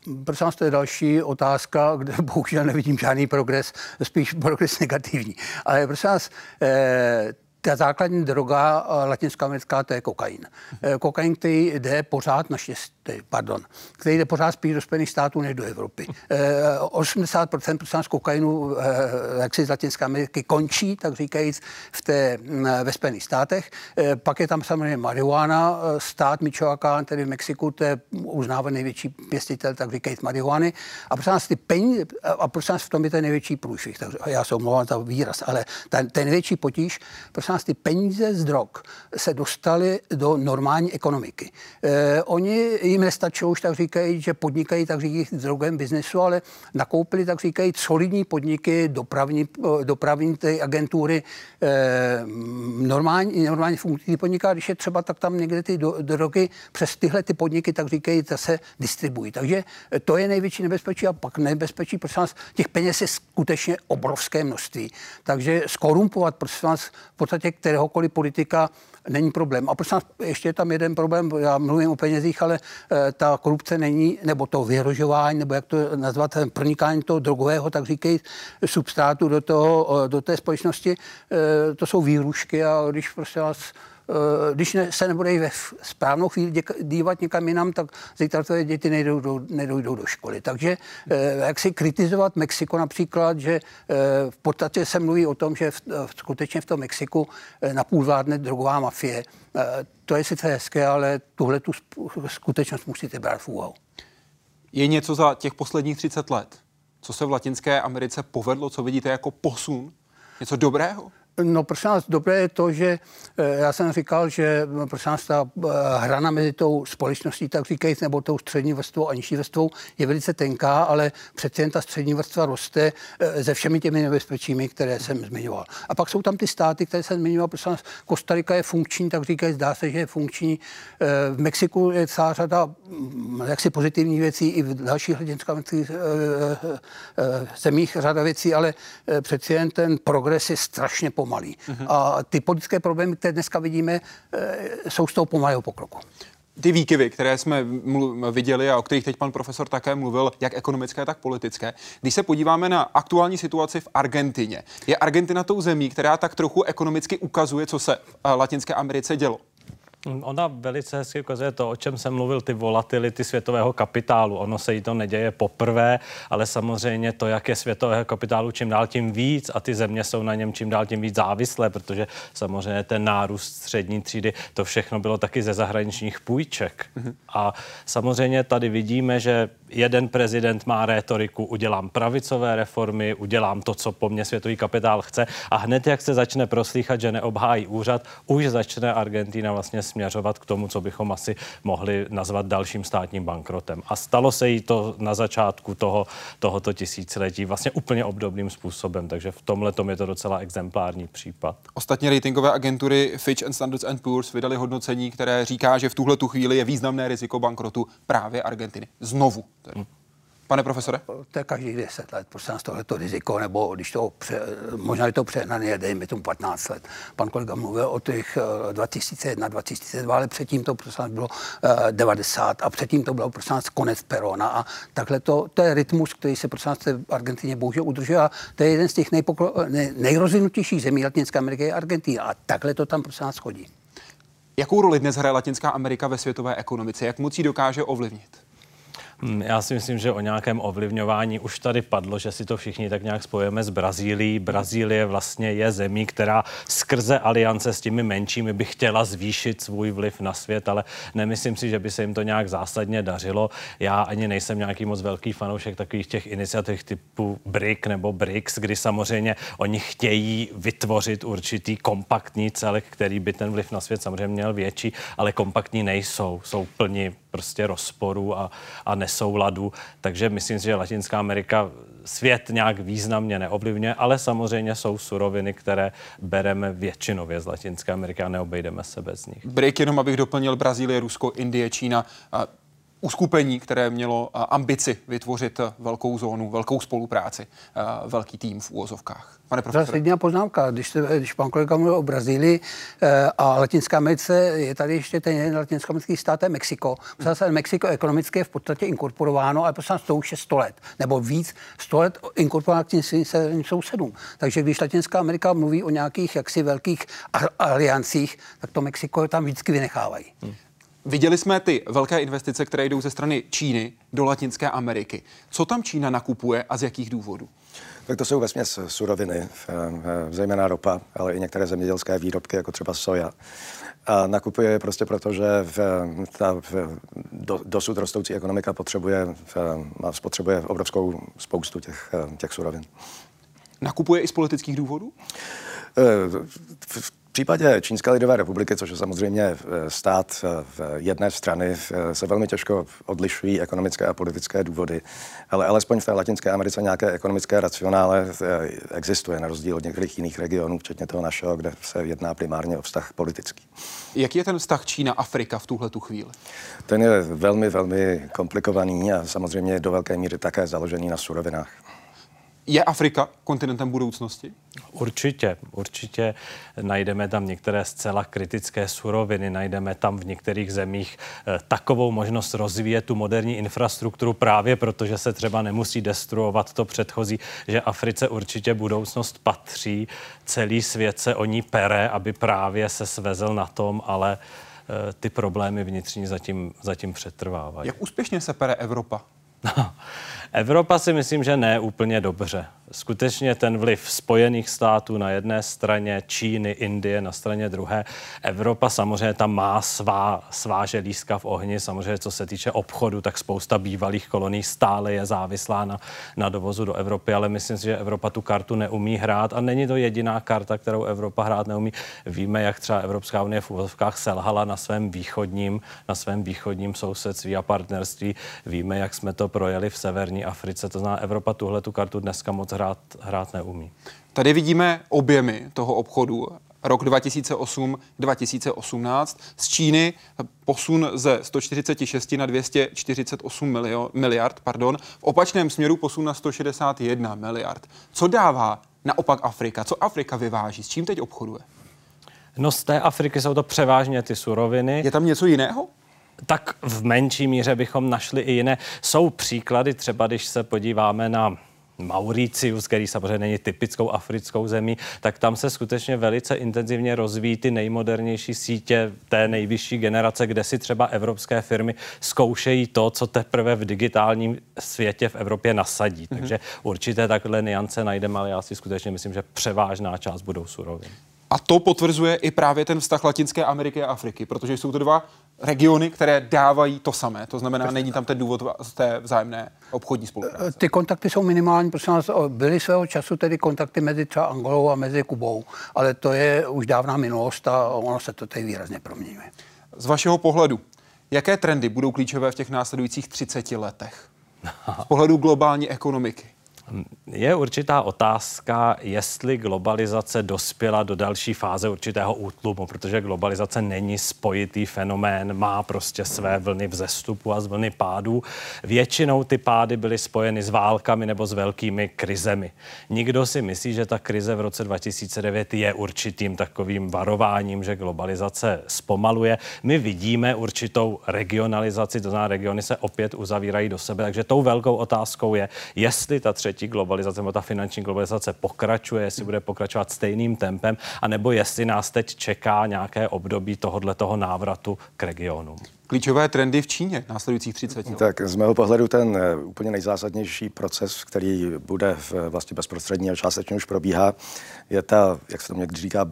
Prosím vás, to je další otázka, kde bohužel nevidím žádný progres, spíš progres negativní. Ale prosím vás, ta základní droga latinskoamerická, to je kokain. Kokain, který jde pořád který jde pořád spíš do Spojených států než do Evropy. 80% kokainu jaksi z Latinské Ameriky končí, tak říkajíc, ve Spojených státech. Pak je tam samozřejmě marihuana, stát Michoacán, tedy v Mexiku, to je uznávaný největší pěstitel, tak říkajíc, marihuany. A prosím vás, ty peníze, a prosím vás, v tom je ten největší průšvih. Já se omlouvám za výraz, ale ten největší potíž, prosím vás, ty peníze z drog se dostaly do normální ekonomiky. Oni jim nestačilo už tak říkají, že podnikají tak říkají v drogovém biznesu, ale nakoupili tak říkají solidní podniky, dopravní agentury, normální funkční podniká, když je třeba, tak tam někde ty drogy přes tyhle ty podniky tak říkají zase distribuují. Takže to je největší nebezpečí a pak nebezpečí, prosím vás, těch peněz je skutečně obrovské množství. Takže skorumpovat, prosím vás, v podstatě kteréhokoliv politika není problém. A prosím vás, ještě je tam jeden problém, já mluvím o penězích, ale ta korupce není, nebo to vyhrožování, nebo jak to nazvat, pronikání toho drogového, tak říkají, substrátu do té společnosti, to jsou výhrušky a když prosím vás, když se nebude ve správnou chvíli dívat někam jinam, tak zítra tvoje děti nedojdou do školy. Takže jak si kritizovat Mexiko například, že v podstatě se mluví o tom, že skutečně v tom Mexiku napůl vládne drogová mafie. To je sice hezké, ale tuhle tu skutečnost musíte brát v úvahu. Je něco za těch posledních 30 let, co se v Latinské Americe povedlo, co vidíte jako posun? Něco dobrého? No, prosím vás, dobré je to, že já jsem říkal, že prosím vás, ta hrana mezi tou společností, tak říkajíc, nebo tou střední vrstvou a nižší vrstvou je velice tenká, ale přece jen ta střední vrstva roste se všemi těmi nebezpečími, které jsem zmiňoval. A pak jsou tam ty státy, které jsem zmiňoval, prosím vás, Kostarika je funkční, tak říkajíc, zdá se, že je funkční. V Mexiku je celá řada jaksi pozitivních věcí, i v dalších latinskoamerických zemích řada věcí, ale přece jen ten progres je strašně pomalý. A ty politické problémy, které dneska vidíme, jsou z toho pomalého pokroku. Ty výkyvy, které jsme viděli a o kterých teď pan profesor také mluvil, jak ekonomické, tak politické. Když se podíváme na aktuální situaci v Argentině, je Argentina tou zemí, která tak trochu ekonomicky ukazuje, co se v Latinské Americe dělo? Ona velice hezky ukazuje to, o čem jsem mluvil, ty volatility světového kapitálu. Ono se jí to neděje poprvé, ale samozřejmě to, jak je světového kapitálu čím dál tím víc a ty země jsou na něm čím dál tím víc závislé, protože samozřejmě ten nárůst střední třídy, to všechno bylo taky ze zahraničních půjček. A samozřejmě tady vidíme, že jeden prezident má rétoriku, udělám pravicové reformy, udělám to, co po mně světový kapitál chce a hned, jak se začne proslýchat, že neobhájí úřad, už začne Argentina vlastně směřovat k tomu, co bychom asi mohli nazvat dalším státním bankrotem. A stalo se jí to na začátku tohoto tisíciletí vlastně úplně obdobným způsobem, takže v tomhletom je to docela exemplární případ. Ostatně ratingové agentury Fitch and Standard & Poor's vydali hodnocení, které říká, že v tuhletu chvíli je významné riziko bankrotu právě Argentiny. Znovu. Pane profesore? To je každých 10 let, prostě nás tohleto riziko, nebo když to možná je to přehnané, dejme tomu 15 let. Pan kolega mluvil o těch 2001, 2002, ale předtím to prostě bylo 90 a předtím to bylo prostě konec Perona a takhle to je rytmus, který se prostě v Argentině bohužel udržuje a to je jeden z těch nejrozvinutějších zemí Latinské Ameriky je Argentina a takhle to tam prostě chodí. Jakou roli dnes hraje Latinská Amerika ve světové ekonomice? Jak moc ji dokáže ovlivnit? Já si myslím, že o nějakém ovlivňování už tady padlo, že si to všichni tak nějak spojujeme s Brazílií. Brazílie vlastně je zemí, která skrze aliance s těmi menšími by chtěla zvýšit svůj vliv na svět, ale nemyslím si, že by se jim to nějak zásadně dařilo. Já ani nejsem nějaký moc velký fanoušek takových těch iniciativ typu BRIC nebo BRICS, kdy samozřejmě oni chtějí vytvořit určitý kompaktní celek, který by ten vliv na svět samozřejmě měl větší, ale kompaktní nejsou. Jsou plni prostě rozporů a nesouladu. Takže myslím si, že Latinská Amerika svět nějak významně neovlivňuje, ale samozřejmě jsou suroviny, které bereme většinově z Latinské Ameriky a neobejdeme se bez nich. BRIC, jenom abych doplnil, Brazílie, Rusko, Indie, Čína. uskupení, které mělo ambici vytvořit velkou zónu, velkou spolupráci, velký tým v úvozovkách. Pane profesore. Jediná poznámka, když pan kolega mluvil o Brazílii a Latinské Americe, je tady ještě ten jeden latinskoamerický stát, je Mexiko. Mexiko ekonomicky je v podstatě inkorporováno, ale prostě to už je 100 let, nebo víc 100 let inkorporováno k svým sousedům. Takže když Latinská Amerika mluví o nějakých jaksi velkých aliancích, tak to Mexiko tam vždycky vynechávají. Viděli jsme ty velké investice, které jdou ze strany Číny do Latinské Ameriky. Co tam Čína nakupuje a z jakých důvodů? Tak to jsou vesměs suroviny, zejména ropa, ale i některé zemědělské výrobky, jako třeba soja. A nakupuje prostě proto, že dosud rostoucí ekonomika spotřebuje obrovskou spoustu těch surovin. Nakupuje i z politických důvodů? V případě Čínské lidové republiky, což je samozřejmě stát jedné strany, se velmi těžko odlišují ekonomické a politické důvody, ale alespoň v té Latinské Americe nějaké ekonomické racionále existuje, na rozdíl od některých jiných regionů, včetně toho našeho, kde se jedná primárně o vztah politický. Jaký je ten vztah Čína-Afrika v tuhletu chvíli? Ten je velmi, velmi komplikovaný a samozřejmě do velké míry také založený na surovinách. Je Afrika kontinentem budoucnosti? Určitě najdeme tam některé zcela kritické suroviny, najdeme tam v některých zemích takovou možnost rozvíjet tu moderní infrastrukturu právě protože se třeba nemusí destruovat to předchozí, že Africe určitě budoucnost patří, celý svět se o ní pere, aby právě se svezl na tom, ale ty problémy vnitřní zatím přetrvávají. Jak úspěšně se pere Evropa? Evropa si myslím, že ne úplně dobře. Skutečně ten vliv Spojených států na jedné straně, Číny, Indie na straně druhé. Evropa samozřejmě tam má svá želízka v ohni. Samozřejmě, co se týče obchodu, tak spousta bývalých kolonií stále je závislá na dovozu do Evropy, ale myslím si, že Evropa tu kartu neumí hrát a není to jediná karta, kterou Evropa hrát neumí. Víme, jak třeba Evropská unie v úvozovkách selhala na svém východním sousedství a partnerství. Víme, jak jsme to projeli v severní Africe. To znamená, Evropa tu kartu dneska moc hrát neumí. Tady vidíme objemy toho obchodu. Rok 2008-2018. Z Číny posun ze 146 na 248 miliard. V opačném směru posun na 161 miliard. Co dává naopak Afrika? Co Afrika vyváží? S čím teď obchoduje? No z té Afriky jsou to převážně ty suroviny. Je tam něco jiného? Tak v menší míře bychom našli i jiné. Jsou příklady, třeba když se podíváme na Mauricius, který samozřejmě není typickou africkou zemí, tak tam se skutečně velice intenzivně rozvíjí ty nejmodernější sítě té nejvyšší generace, kde si třeba evropské firmy zkoušejí to, co teprve v digitálním světě v Evropě nasadí. Takže určité takhle niance najdeme, ale já si skutečně myslím, že převážná část budou suroviny. A to potvrzuje i právě ten vztah Latinské Ameriky a Afriky, protože jsou to dva regiony, které dávají to samé. To znamená, není tam ten důvod z té vzájemné obchodní spolupráce. Ty kontakty jsou minimální, prosím vás, byly svého času tedy kontakty mezi třeba Angolou a mezi Kubou, ale to je už dávná minulost a ono se to tady výrazně proměňuje. Z vašeho pohledu, jaké trendy budou klíčové v těch následujících 30 letech? Z pohledu globální ekonomiky. Je určitá otázka, jestli globalizace dospěla do další fáze určitého útlumu, protože globalizace není spojitý fenomén, má prostě své vlny vzestupu a z vlny pádů. Většinou ty pády byly spojeny s válkami nebo s velkými krizemi. Nikdo si myslí, že ta krize v roce 2009 je určitým takovým varováním, že globalizace zpomaluje. My vidíme určitou regionalizaci, to znamená, regiony se opět uzavírají do sebe, takže tou velkou otázkou je, jestli ta třetí globalizace nebo ta finanční globalizace pokračuje, jestli bude pokračovat stejným tempem, anebo jestli nás teď čeká nějaké období tohoto návratu k regionům. Klíčové trendy v Číně následujících 30 let. Tak z mého pohledu ten úplně nejzásadnější proces, který bude vlastně bezprostřední a částečně už probíhá, je ta, jak se to někdy říká,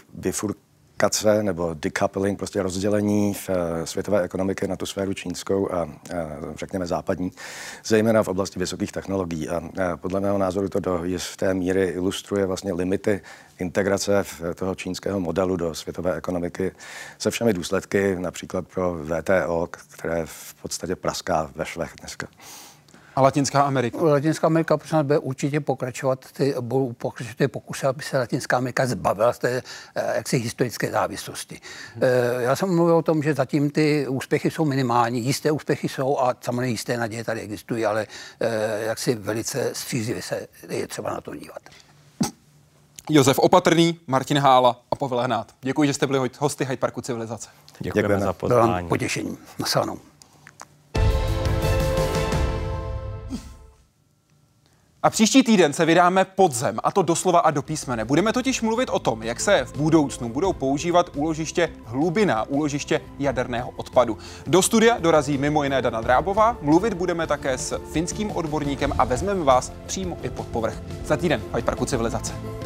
bifurkace nebo decoupling, prostě rozdělení v světové ekonomiky na tu sféru čínskou a řekněme západní, zejména v oblasti vysokých technologií. A podle mého názoru to do jisté míry ilustruje vlastně limity integrace toho čínského modelu do světové ekonomiky se všemi důsledky, například pro WTO, které v podstatě praská ve švech dneska. A Latinská Amerika? Latinská Amerika bude určitě pokračovat ty pokusy, aby se Latinská Amerika zbavila z té jaksi historické závislosti. Já jsem mluvil o tom, že zatím ty úspěchy jsou minimální, jisté úspěchy jsou a samozřejmě jisté naděje tady existují, ale jaksi velice střízlivě se je třeba na to dívat. Josef Opatrný, Martin Hála a Pavel Hnát. Děkuji, že jste byli hosty Hyde Parku Civilizace. Děkujeme za pozvání. Bylo potěšení. Nasledanou. A příští týden se vydáme pod zem, a to doslova a do písmene. Budeme totiž mluvit o tom, jak se v budoucnu budou používat úložiště hlubinná, úložiště jaderného odpadu. Do studia dorazí mimo jiné Dana Drábová, mluvit budeme také s finským odborníkem a vezmeme vás přímo i pod povrch. Za týden v Hyde Parku Civilizace.